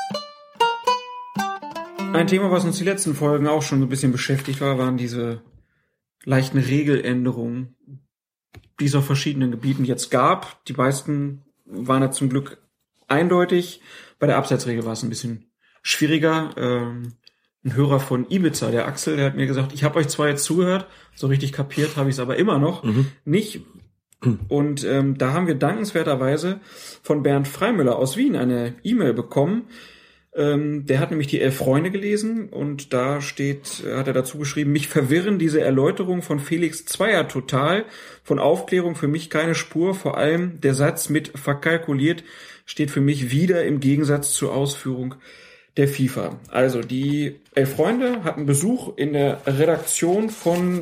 Ein Thema, was uns die letzten Folgen auch schon so ein bisschen beschäftigt war, waren diese leichten Regeländerungen, die es auf verschiedenen Gebieten jetzt gab. Die meisten waren ja zum Glück eindeutig. Bei der Abseitsregel war es ein bisschen schwieriger. Ein Hörer von Ibiza, der Axel, der hat mir gesagt, ich habe euch zwar jetzt zugehört, so richtig kapiert habe ich es aber immer noch nicht. Und da haben wir dankenswerterweise von Bernd Freimüller aus Wien eine E-Mail bekommen. Der hat nämlich die 11 Freunde gelesen und da hat er dazu geschrieben, mich verwirren diese Erläuterungen von Felix Zweier total, von Aufklärung für mich keine Spur, vor allem der Satz mit verkalkuliert steht für mich wieder im Gegensatz zur Ausführung der FIFA. Also die 11 Freunde hatten Besuch in der Redaktion von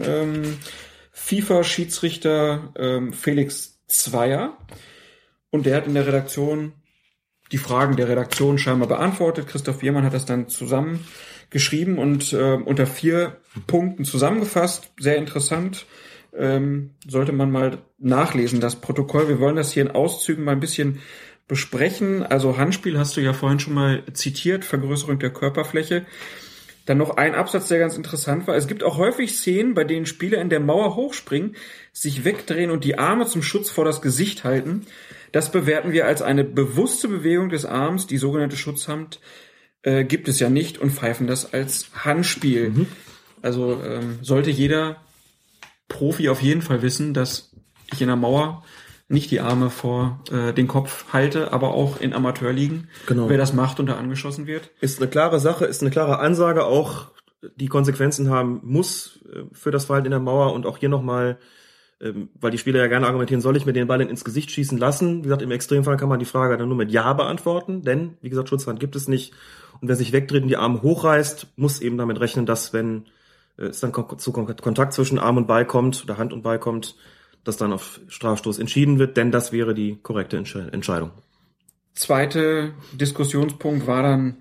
FIFA-Schiedsrichter Felix Zweier und der hat in der Redaktion die Fragen der Redaktion scheinbar beantwortet. Christoph Wiermann hat das dann zusammengeschrieben und unter 4 Punkten zusammengefasst. Sehr interessant. Sollte man mal nachlesen, das Protokoll. Wir wollen das hier in Auszügen mal ein bisschen besprechen. Also Handspiel hast du ja vorhin schon mal zitiert, Vergrößerung der Körperfläche. Dann noch ein Absatz, der ganz interessant war. Es gibt auch häufig Szenen, bei denen Spieler in der Mauer hochspringen, sich wegdrehen und die Arme zum Schutz vor das Gesicht halten. Das bewerten wir als eine bewusste Bewegung des Arms, die sogenannte Schutzhand gibt es ja nicht und pfeifen das als Handspiel. Also sollte jeder Profi auf jeden Fall wissen, dass ich in der Mauer nicht die Arme vor den Kopf halte, aber auch in Amateurligen. Genau. Wer das macht und da angeschossen wird. Ist eine klare Sache, ist eine klare Ansage auch, die Konsequenzen haben muss für das Verhalten in der Mauer und auch hier nochmal, weil die Spieler ja gerne argumentieren, soll ich mir den Ball ins Gesicht schießen lassen? Wie gesagt, im Extremfall kann man die Frage dann nur mit Ja beantworten, denn, wie gesagt, Schutzhand gibt es nicht. Und wer sich wegdreht und die Arme hochreißt, muss eben damit rechnen, dass wenn es dann zu Kontakt zwischen Arm und Ball kommt oder Hand und Ball kommt, dass dann auf Strafstoß entschieden wird, denn das wäre die korrekte Entscheidung. Zweiter Diskussionspunkt war dann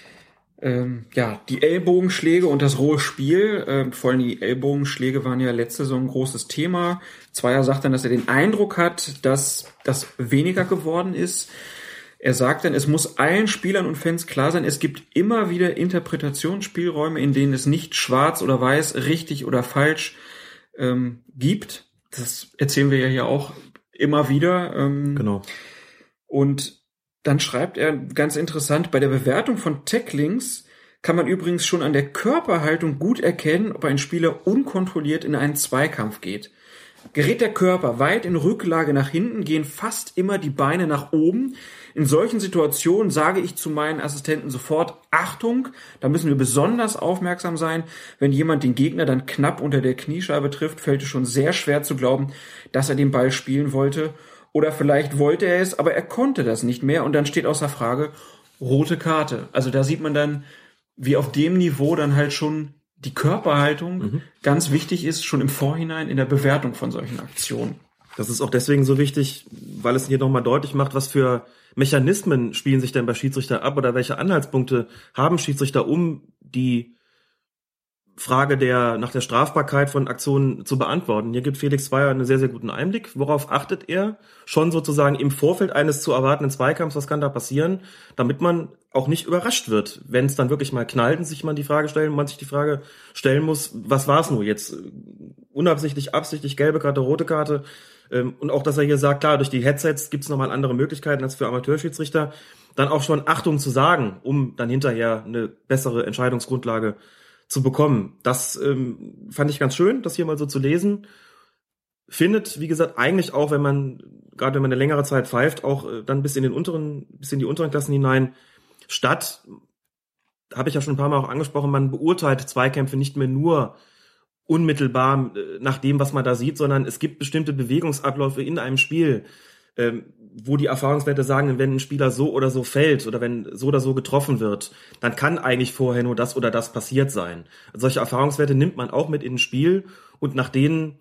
die Ellbogenschläge und das rohe Spiel. Vor allem die Ellbogenschläge waren ja letzte Saison ein großes Thema. Zweier sagt dann, dass er den Eindruck hat, dass das weniger geworden ist. Er sagt dann, es muss allen Spielern und Fans klar sein, es gibt immer wieder Interpretationsspielräume, in denen es nicht schwarz oder weiß, richtig oder falsch gibt. Das erzählen wir ja hier auch immer wieder. Genau. Und dann schreibt er ganz interessant, bei der Bewertung von Tacklings kann man übrigens schon an der Körperhaltung gut erkennen, ob ein Spieler unkontrolliert in einen Zweikampf geht. Gerät der Körper weit in Rücklage nach hinten, gehen fast immer die Beine nach oben. In solchen Situationen sage ich zu meinen Assistenten sofort, Achtung, da müssen wir besonders aufmerksam sein. Wenn jemand den Gegner dann knapp unter der Kniescheibe trifft, fällt es schon sehr schwer zu glauben, dass er den Ball spielen wollte. Oder vielleicht wollte er es, aber er konnte das nicht mehr und dann steht außer Frage rote Karte. Also da sieht man dann, wie auf dem Niveau dann halt schon die Körperhaltung ganz wichtig ist, schon im Vorhinein in der Bewertung von solchen Aktionen. Das ist auch deswegen so wichtig, weil es hier nochmal deutlich macht, was für Mechanismen spielen sich denn bei Schiedsrichter ab oder welche Anhaltspunkte haben Schiedsrichter, um die Frage nach der Strafbarkeit von Aktionen zu beantworten. Hier gibt Felix Zweier einen sehr, sehr guten Einblick. Worauf achtet er? Schon sozusagen im Vorfeld eines zu erwartenden Zweikampfs, was kann da passieren, damit man auch nicht überrascht wird, wenn es dann wirklich mal knallt und man sich die Frage stellen muss, was war es nur jetzt? Unabsichtlich, absichtlich, gelbe Karte, rote Karte. Und auch, dass er hier sagt, klar, durch die Headsets gibt es nochmal andere Möglichkeiten als für Amateurschiedsrichter, dann auch schon Achtung zu sagen, um dann hinterher eine bessere Entscheidungsgrundlage zu bekommen. Das fand ich ganz schön, das hier mal so zu lesen. Findet, wie gesagt, eigentlich auch, wenn man eine längere Zeit pfeift, auch dann bis in die unteren Klassen hinein statt. Habe ich ja schon ein paar Mal auch angesprochen, man beurteilt Zweikämpfe nicht mehr nur unmittelbar nach dem, was man da sieht, sondern es gibt bestimmte Bewegungsabläufe in einem Spiel, wo die Erfahrungswerte sagen, wenn ein Spieler so oder so fällt oder wenn so oder so getroffen wird, dann kann eigentlich vorher nur das oder das passiert sein. Solche Erfahrungswerte nimmt man auch mit in ein Spiel und nach denen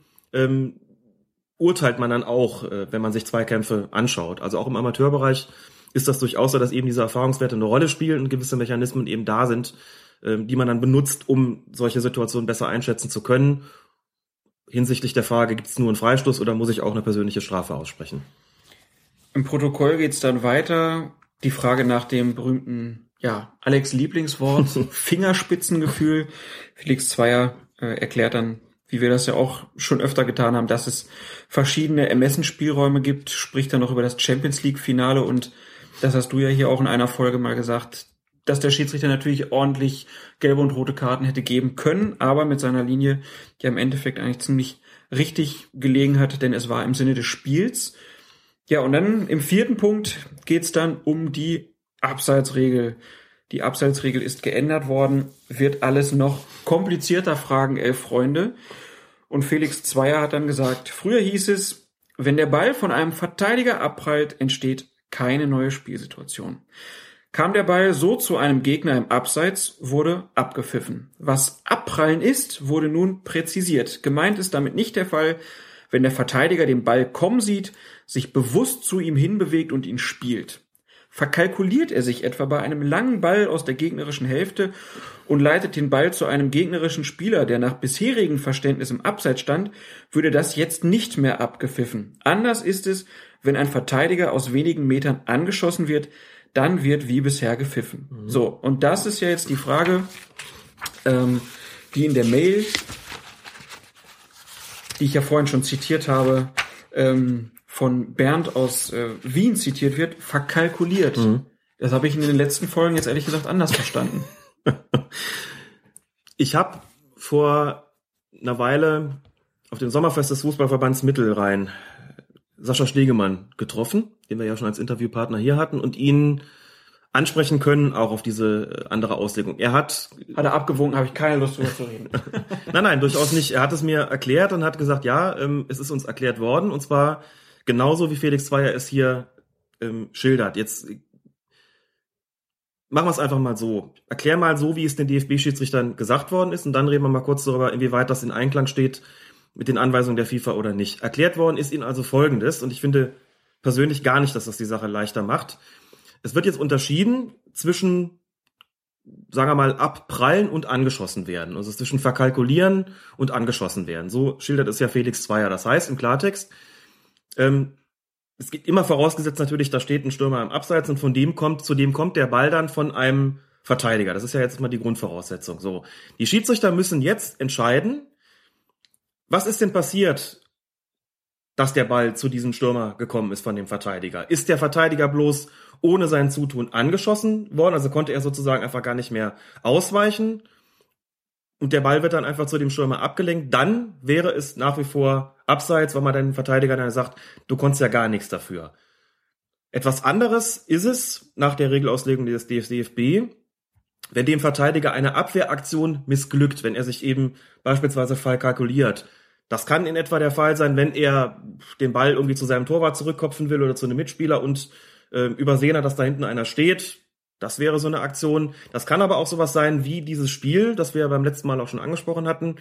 urteilt man dann auch, wenn man sich Zweikämpfe anschaut. Also auch im Amateurbereich ist das durchaus so, dass eben diese Erfahrungswerte eine Rolle spielen und gewisse Mechanismen eben da sind, die man dann benutzt, um solche Situationen besser einschätzen zu können. Hinsichtlich der Frage, gibt es nur einen Freistoß oder muss ich auch eine persönliche Strafe aussprechen? Im Protokoll geht's dann weiter. Die Frage nach dem berühmten, Alex Lieblingswort, Fingerspitzengefühl. Felix Zweier erklärt dann, wie wir das ja auch schon öfter getan haben, dass es verschiedene Ermessensspielräume gibt, spricht dann noch über das Champions-League-Finale und das hast du ja hier auch in einer Folge mal gesagt, dass der Schiedsrichter natürlich ordentlich gelbe und rote Karten hätte geben können, aber mit seiner Linie, die im Endeffekt eigentlich ziemlich richtig gelegen hat, denn es war im Sinne des Spiels. Ja, und dann im 4. Punkt geht's dann um die Abseitsregel. Die Abseitsregel ist geändert worden, wird alles noch komplizierter, fragen 11 Freunde. Und Felix Zweier hat dann gesagt, früher hieß es, wenn der Ball von einem Verteidiger abprallt, entsteht keine neue Spielsituation. Kam der Ball so zu einem Gegner im Abseits, wurde abgepfiffen. Was abprallen ist, wurde nun präzisiert. Gemeint ist damit nicht der Fall, wenn der Verteidiger den Ball kommen sieht, sich bewusst zu ihm hinbewegt und ihn spielt. Verkalkuliert er sich etwa bei einem langen Ball aus der gegnerischen Hälfte und leitet den Ball zu einem gegnerischen Spieler, der nach bisherigem Verständnis im Abseits stand, würde das jetzt nicht mehr abgepfiffen. Anders ist es, wenn ein Verteidiger aus wenigen Metern angeschossen wird, dann wird wie bisher gepfiffen. So, und das ist ja jetzt die Frage, die in der Mail, die ich ja vorhin schon zitiert habe, von Bernd aus Wien zitiert wird, verkalkuliert. Das habe ich in den letzten Folgen jetzt ehrlich gesagt anders verstanden. Ich habe vor einer Weile auf dem Sommerfest des Fußballverbands Mittelrhein Sascha Stegemann getroffen, den wir ja schon als Interviewpartner hier hatten, und ihn ansprechen können, auch auf diese andere Auslegung. Hat er abgewogen, habe ich keine Lust drüber zu reden. Nein, durchaus nicht. Er hat es mir erklärt und hat gesagt, ja, es ist uns erklärt worden, und zwar genauso wie Felix Zweier es hier schildert. Jetzt machen wir es einfach mal so. Erklär mal so, wie es den DFB-Schiedsrichtern gesagt worden ist, und dann reden wir mal kurz darüber, inwieweit das in Einklang steht mit den Anweisungen der FIFA oder nicht. Erklärt worden ist ihnen also Folgendes, und ich finde persönlich gar nicht, dass das die Sache leichter macht. Es wird jetzt unterschieden zwischen, sagen wir mal, abprallen und angeschossen werden. Also zwischen verkalkulieren und angeschossen werden. So schildert es ja Felix Zweier. Das heißt im Klartext, es geht immer vorausgesetzt natürlich, da steht ein Stürmer im Abseits und zu dem kommt der Ball dann von einem Verteidiger. Das ist ja jetzt mal die Grundvoraussetzung. So, die Schiedsrichter müssen jetzt entscheiden, was ist denn passiert, dass der Ball zu diesem Stürmer gekommen ist von dem Verteidiger? Ist der Verteidiger bloß ohne sein Zutun angeschossen worden? Also konnte er sozusagen einfach gar nicht mehr ausweichen und der Ball wird dann einfach zu dem Stürmer abgelenkt. Dann wäre es nach wie vor Abseits, weil man dann dem Verteidiger dann sagt, du konntest ja gar nichts dafür. Etwas anderes ist es nach der Regelauslegung des DFB, wenn dem Verteidiger eine Abwehraktion missglückt, wenn er sich eben beispielsweise verkalkuliert. Das kann in etwa der Fall sein, wenn er den Ball irgendwie zu seinem Torwart zurückkopfen will oder zu einem Mitspieler und übersehen hat, dass da hinten einer steht. Das wäre so eine Aktion. Das kann aber auch sowas sein wie dieses Spiel, das wir beim letzten Mal auch schon angesprochen hatten,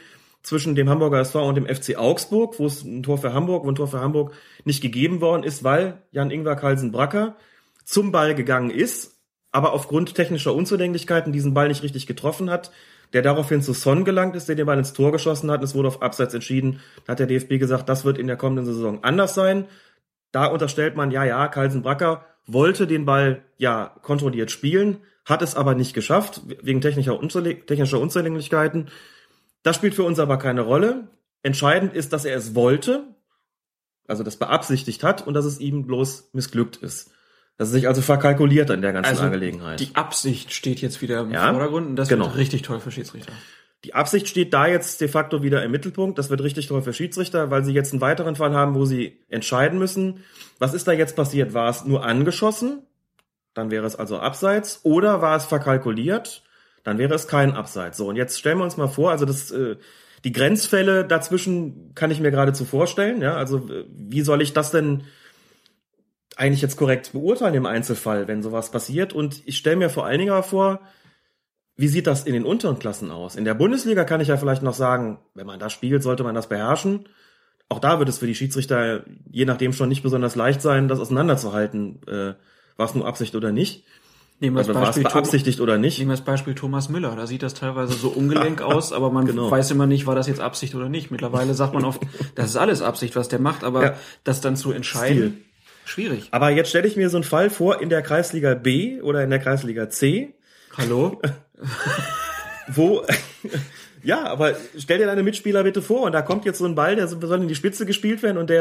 zwischen dem Hamburger SV und dem FC Augsburg, wo es ein Tor für Hamburg nicht gegeben worden ist, weil Jan-Ingwer Carlsen-Bracker zum Ball gegangen ist, aber aufgrund technischer Unzulänglichkeiten diesen Ball nicht richtig getroffen hat, der daraufhin zu Son gelangt ist, der den Ball ins Tor geschossen hat. Es wurde auf Abseits entschieden. Da hat der DFB gesagt, das wird in der kommenden Saison anders sein. Da unterstellt man, Carlsen-Bracker wollte den Ball kontrolliert spielen, hat es aber nicht geschafft, wegen technischer Unzulänglichkeiten. Das spielt für uns aber keine Rolle. Entscheidend ist, dass er es wollte, also das beabsichtigt hat und dass es ihm bloß missglückt ist. Dass er sich also verkalkuliert an der ganzen Angelegenheit. Die Absicht steht jetzt wieder im Vordergrund und das wird richtig toll für Schiedsrichter. Die Absicht steht da jetzt de facto wieder im Mittelpunkt. Das wird richtig toll für Schiedsrichter, weil sie jetzt einen weiteren Fall haben, wo sie entscheiden müssen. Was ist da jetzt passiert? War es nur angeschossen? Dann wäre es also Abseits. Oder war es verkalkuliert? Dann wäre es kein Abseits. So, und jetzt stellen wir uns mal vor, also die Grenzfälle dazwischen kann ich mir geradezu vorstellen. Ja, also wie soll ich das denn eigentlich jetzt korrekt beurteilen im Einzelfall, wenn sowas passiert? Und ich stelle mir vor allen Dingen aber vor, wie sieht das in den unteren Klassen aus? In der Bundesliga kann ich ja vielleicht noch sagen, wenn man da spielt, sollte man das beherrschen. Auch da wird es für die Schiedsrichter je nachdem schon nicht besonders leicht sein, das auseinanderzuhalten, war es nur Absicht oder nicht. War es beabsichtigt oder nicht? Nehmen wir das Beispiel Thomas Müller. Da sieht das teilweise so ungelenk aus, aber man weiß immer nicht, war das jetzt Absicht oder nicht. Mittlerweile sagt man oft, das ist alles Absicht, was der macht, aber das dann zu entscheiden, schwierig. Aber jetzt stelle ich mir so einen Fall vor in der Kreisliga B oder in der Kreisliga C. Hallo? Wo, aber stell dir deine Mitspieler bitte vor und da kommt jetzt so ein Ball, der soll in die Spitze gespielt werden und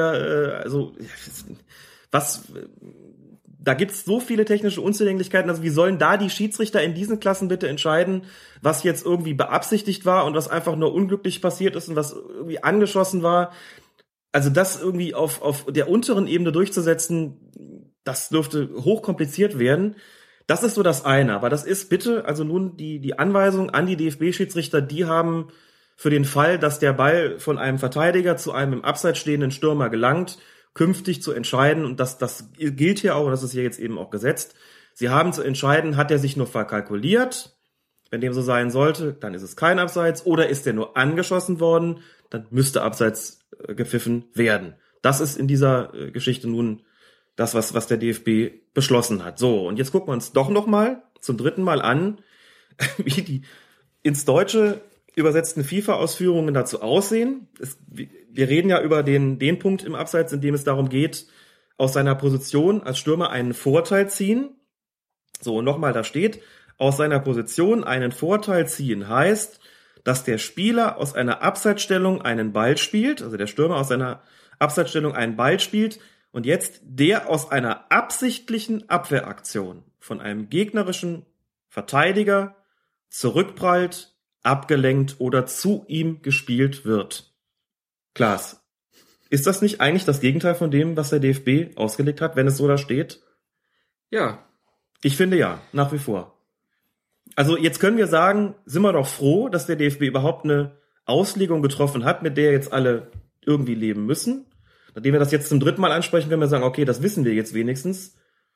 da gibt's so viele technische Unzulänglichkeiten, also wie sollen da die Schiedsrichter in diesen Klassen bitte entscheiden, was jetzt irgendwie beabsichtigt war und was einfach nur unglücklich passiert ist und was irgendwie angeschossen war? Also das irgendwie auf der unteren Ebene durchzusetzen, das dürfte hochkompliziert werden. Das ist so das eine, aber das ist bitte, also nun die Anweisung an die DFB-Schiedsrichter, die haben für den Fall, dass der Ball von einem Verteidiger zu einem im Abseits stehenden Stürmer gelangt, künftig zu entscheiden, und das gilt hier auch, und das ist hier jetzt eben auch gesetzt, sie haben zu entscheiden, hat er sich nur verkalkuliert, wenn dem so sein sollte, dann ist es kein Abseits, oder ist er nur angeschossen worden, dann müsste Abseits gepfiffen werden. Das ist in dieser Geschichte nun das, was der DFB beschlossen hat. So, und jetzt gucken wir uns doch nochmal zum dritten Mal an, wie die ins Deutsche übersetzten FIFA-Ausführungen dazu aussehen. Wir reden ja über den Punkt im Abseits, in dem es darum geht, aus seiner Position als Stürmer einen Vorteil ziehen. So, und nochmal, da steht, aus seiner Position einen Vorteil ziehen heißt, dass der Spieler aus einer Abseitsstellung einen Ball spielt, also der Stürmer aus seiner Abseitsstellung einen Ball spielt, und jetzt der aus einer absichtlichen Abwehraktion von einem gegnerischen Verteidiger zurückprallt, abgelenkt oder zu ihm gespielt wird. Klaas, ist das nicht eigentlich das Gegenteil von dem, was der DFB ausgelegt hat, wenn es so da steht? Ja. Ich finde ja, nach wie vor. Also jetzt können wir sagen, sind wir doch froh, dass der DFB überhaupt eine Auslegung getroffen hat, mit der jetzt alle irgendwie leben müssen. Nachdem wir das jetzt zum dritten Mal ansprechen, können wir sagen, okay, das wissen wir jetzt wenigstens.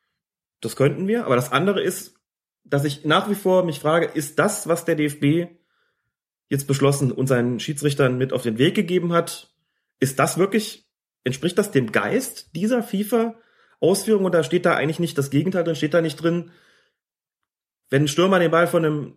Das könnten wir. Aber das andere ist, dass ich nach wie vor mich frage, ist das, was der DFB jetzt beschlossen und seinen Schiedsrichtern mit auf den Weg gegeben hat, ist das wirklich, entspricht das dem Geist dieser FIFA-Ausführung? Und da steht da eigentlich nicht das Gegenteil drin, steht da nicht drin, wenn ein Stürmer den Ball von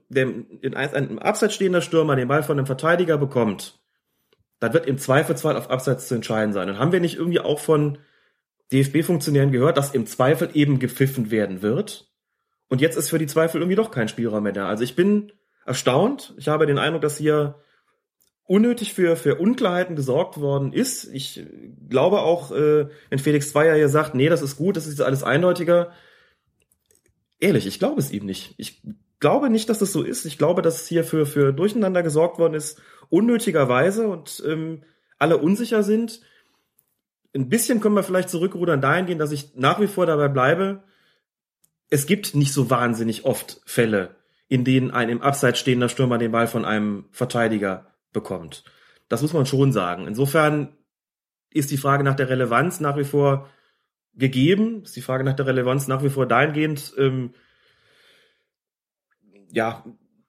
einem Abseits stehender Stürmer den Ball von einem Verteidiger bekommt, dann wird im Zweifelsfall auf Abseits zu entscheiden sein. Und haben wir nicht irgendwie auch von DFB-Funktionären gehört, dass im Zweifel eben gepfiffen werden wird? Und jetzt ist für die Zweifel irgendwie doch kein Spielraum mehr da. Also ich bin erstaunt. Ich habe den Eindruck, dass hier unnötig für Unklarheiten gesorgt worden ist. Ich glaube auch, wenn Felix Zweier hier sagt, nee, das ist gut, das ist alles eindeutiger. Ehrlich, ich glaube es ihm nicht. Ich glaube nicht, dass das so ist. Ich glaube, dass hier für Durcheinander gesorgt worden ist, unnötigerweise, und alle unsicher sind. Ein bisschen können wir vielleicht zurückrudern dahingehend, dass ich nach wie vor dabei bleibe, es gibt nicht so wahnsinnig oft Fälle, in denen ein im Abseits stehender Stürmer den Ball von einem Verteidiger bekommt. Das muss man schon sagen. Insofern ist die Frage nach der Relevanz nach wie vor gegeben, ist die Frage nach der Relevanz nach wie vor dahingehend,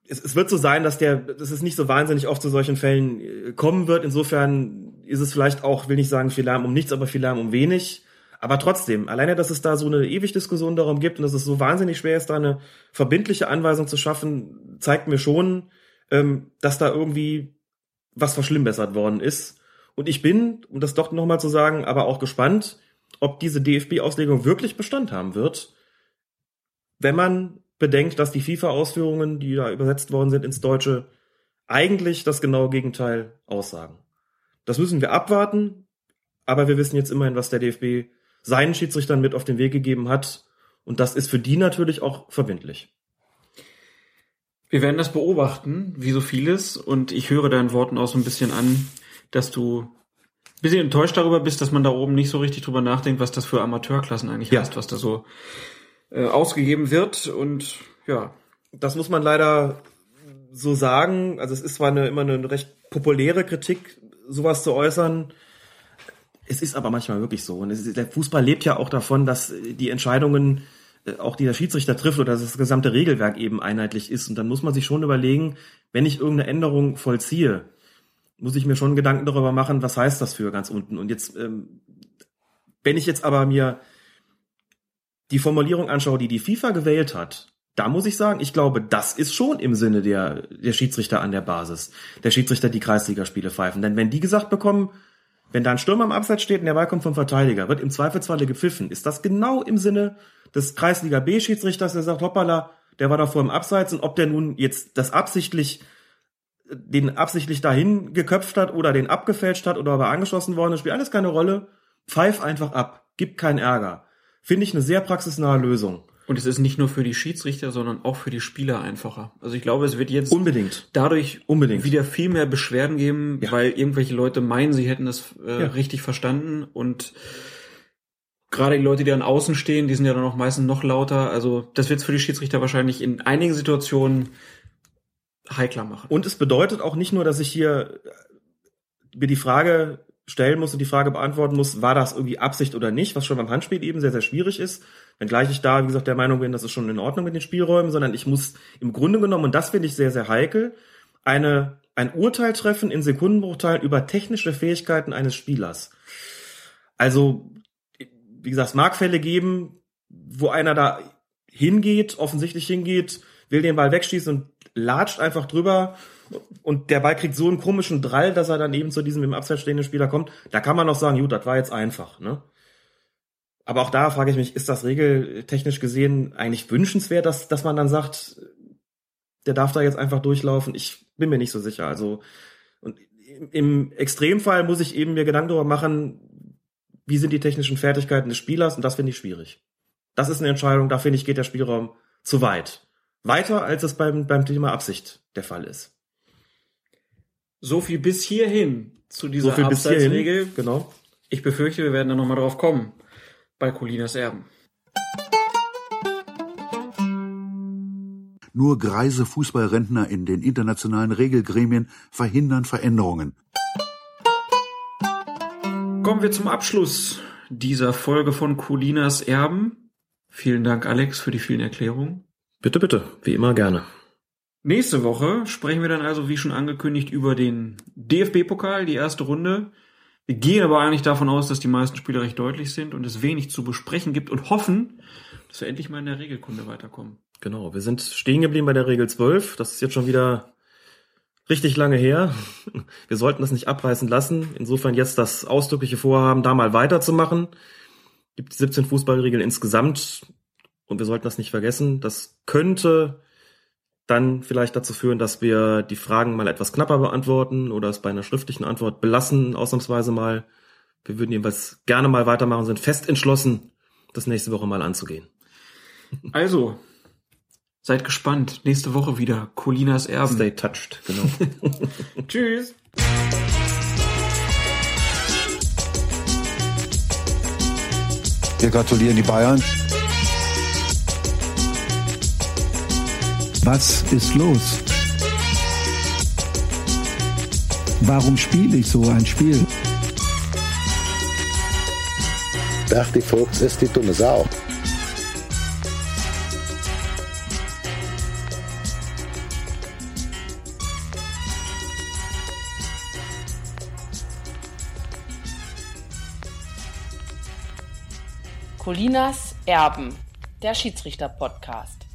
es wird so sein, dass es nicht so wahnsinnig oft zu solchen Fällen kommen wird. Insofern ist es vielleicht auch, will nicht sagen viel Lärm um nichts, aber viel Lärm um wenig. Aber trotzdem, alleine, dass es da so eine ewig Diskussion darum gibt und dass es so wahnsinnig schwer ist, da eine verbindliche Anweisung zu schaffen, zeigt mir schon, dass da irgendwie was verschlimmbessert worden ist. Und ich bin, um das doch nochmal zu sagen, aber auch gespannt, ob diese DFB-Auslegung wirklich Bestand haben wird, wenn man bedenkt, dass die FIFA-Ausführungen, die da übersetzt worden sind ins Deutsche, eigentlich das genaue Gegenteil aussagen. Das müssen wir abwarten, aber wir wissen jetzt immerhin, was der DFB seinen Schiedsrichtern mit auf den Weg gegeben hat. Und das ist für die natürlich auch verbindlich. Wir werden das beobachten, wie so vieles. Und ich höre deinen Worten auch so ein bisschen an, dass du ein bisschen enttäuscht darüber bist, dass man da oben nicht so richtig drüber nachdenkt, was das für Amateurklassen eigentlich heißt, was da so ausgegeben wird. Und ja, das muss man leider so sagen. Also es ist zwar immer eine recht populäre Kritik, sowas zu äußern. Es ist aber manchmal wirklich so. Und der Fußball lebt ja auch davon, dass die Entscheidungen, auch die der Schiedsrichter trifft oder dass das gesamte Regelwerk eben einheitlich ist. Und dann muss man sich schon überlegen, wenn ich irgendeine Änderung vollziehe, muss ich mir schon Gedanken darüber machen, was heißt das für ganz unten. Und jetzt, wenn ich jetzt aber mir die Formulierung anschaue, die FIFA gewählt hat, da muss ich sagen, ich glaube, das ist schon im Sinne der Schiedsrichter an der Basis. Der Schiedsrichter, die Kreisligaspiele pfeifen. Denn wenn die gesagt bekommen, wenn da ein Stürmer am Abseits steht und der Ball kommt vom Verteidiger, wird im Zweifelsfalle gepfiffen. Ist das genau im Sinne des Kreisliga B-Schiedsrichters, der sagt, hoppala, der war davor im Abseits, und ob der nun jetzt den absichtlich dahin geköpft hat oder den abgefälscht hat oder aber angeschossen worden ist, spielt alles keine Rolle. Pfeif einfach ab, gibt keinen Ärger. Finde ich eine sehr praxisnahe Lösung. Und es ist nicht nur für die Schiedsrichter, sondern auch für die Spieler einfacher. Also ich glaube, es wird jetzt dadurch wieder viel mehr Beschwerden geben, weil irgendwelche Leute meinen, sie hätten das richtig verstanden. Und gerade die Leute, die an Außen stehen, die sind ja dann auch meistens noch lauter. Also das wird es für die Schiedsrichter wahrscheinlich in einigen Situationen heikler machen. Und es bedeutet auch nicht nur, dass ich hier mir die Frage stellen muss und die Frage beantworten muss, war das irgendwie Absicht oder nicht, was schon beim Handspiel eben sehr, sehr schwierig ist. Wenngleich ich da, wie gesagt, der Meinung bin, das ist schon in Ordnung mit den Spielräumen, sondern ich muss im Grunde genommen, und das finde ich sehr, sehr heikel, ein Urteil treffen in Sekundenbruchteilen über technische Fähigkeiten eines Spielers. Also, wie gesagt, es mag Fälle geben, wo einer da offensichtlich hingeht, will den Ball wegschießen und latscht einfach drüber und der Ball kriegt so einen komischen Drall, dass er dann eben zu diesem im Abseits stehenden Spieler kommt. Da kann man noch sagen, gut, das war jetzt einfach, ne? Aber auch da frage ich mich, ist das regeltechnisch gesehen eigentlich wünschenswert, dass man dann sagt, der darf da jetzt einfach durchlaufen? Ich bin mir nicht so sicher. Also, und im Extremfall muss ich eben mir Gedanken darüber machen, wie sind die technischen Fertigkeiten des Spielers, und das finde ich schwierig. Das ist eine Entscheidung, da finde ich, geht der Spielraum zu weit. Weiter, als es beim Thema Absicht der Fall ist. So viel bis hierhin zu dieser Abseitsregel. Genau. Ich befürchte, wir werden da nochmal drauf kommen bei Colinas Erben. Nur greise Fußballrentner in den internationalen Regelgremien verhindern Veränderungen. Kommen wir zum Abschluss dieser Folge von Colinas Erben. Vielen Dank, Alex, für die vielen Erklärungen. Bitte, bitte. Wie immer gerne. Nächste Woche sprechen wir dann also, wie schon angekündigt, über den DFB-Pokal, die erste Runde. Wir gehen aber eigentlich davon aus, dass die meisten Spiele recht deutlich sind und es wenig zu besprechen gibt und hoffen, dass wir endlich mal in der Regelkunde weiterkommen. Genau, wir sind stehen geblieben bei der Regel 12. Das ist jetzt schon wieder richtig lange her. Wir sollten das nicht abreißen lassen. Insofern jetzt das ausdrückliche Vorhaben, da mal weiterzumachen. Gibt 17 Fußballregeln insgesamt und wir sollten das nicht vergessen. Das könnte dann vielleicht dazu führen, dass wir die Fragen mal etwas knapper beantworten oder es bei einer schriftlichen Antwort belassen, ausnahmsweise mal. Wir würden jedenfalls gerne mal weitermachen, sind fest entschlossen, das nächste Woche mal anzugehen. Also, seid gespannt. Nächste Woche wieder Colinas Erben. Stay touched, genau. Tschüss. Wir gratulieren die Bayern. Was ist los? Warum spiele ich so ein Spiel? Berti Vogts ist die dumme Sau. Colinas Erben, der Schiedsrichter-Podcast.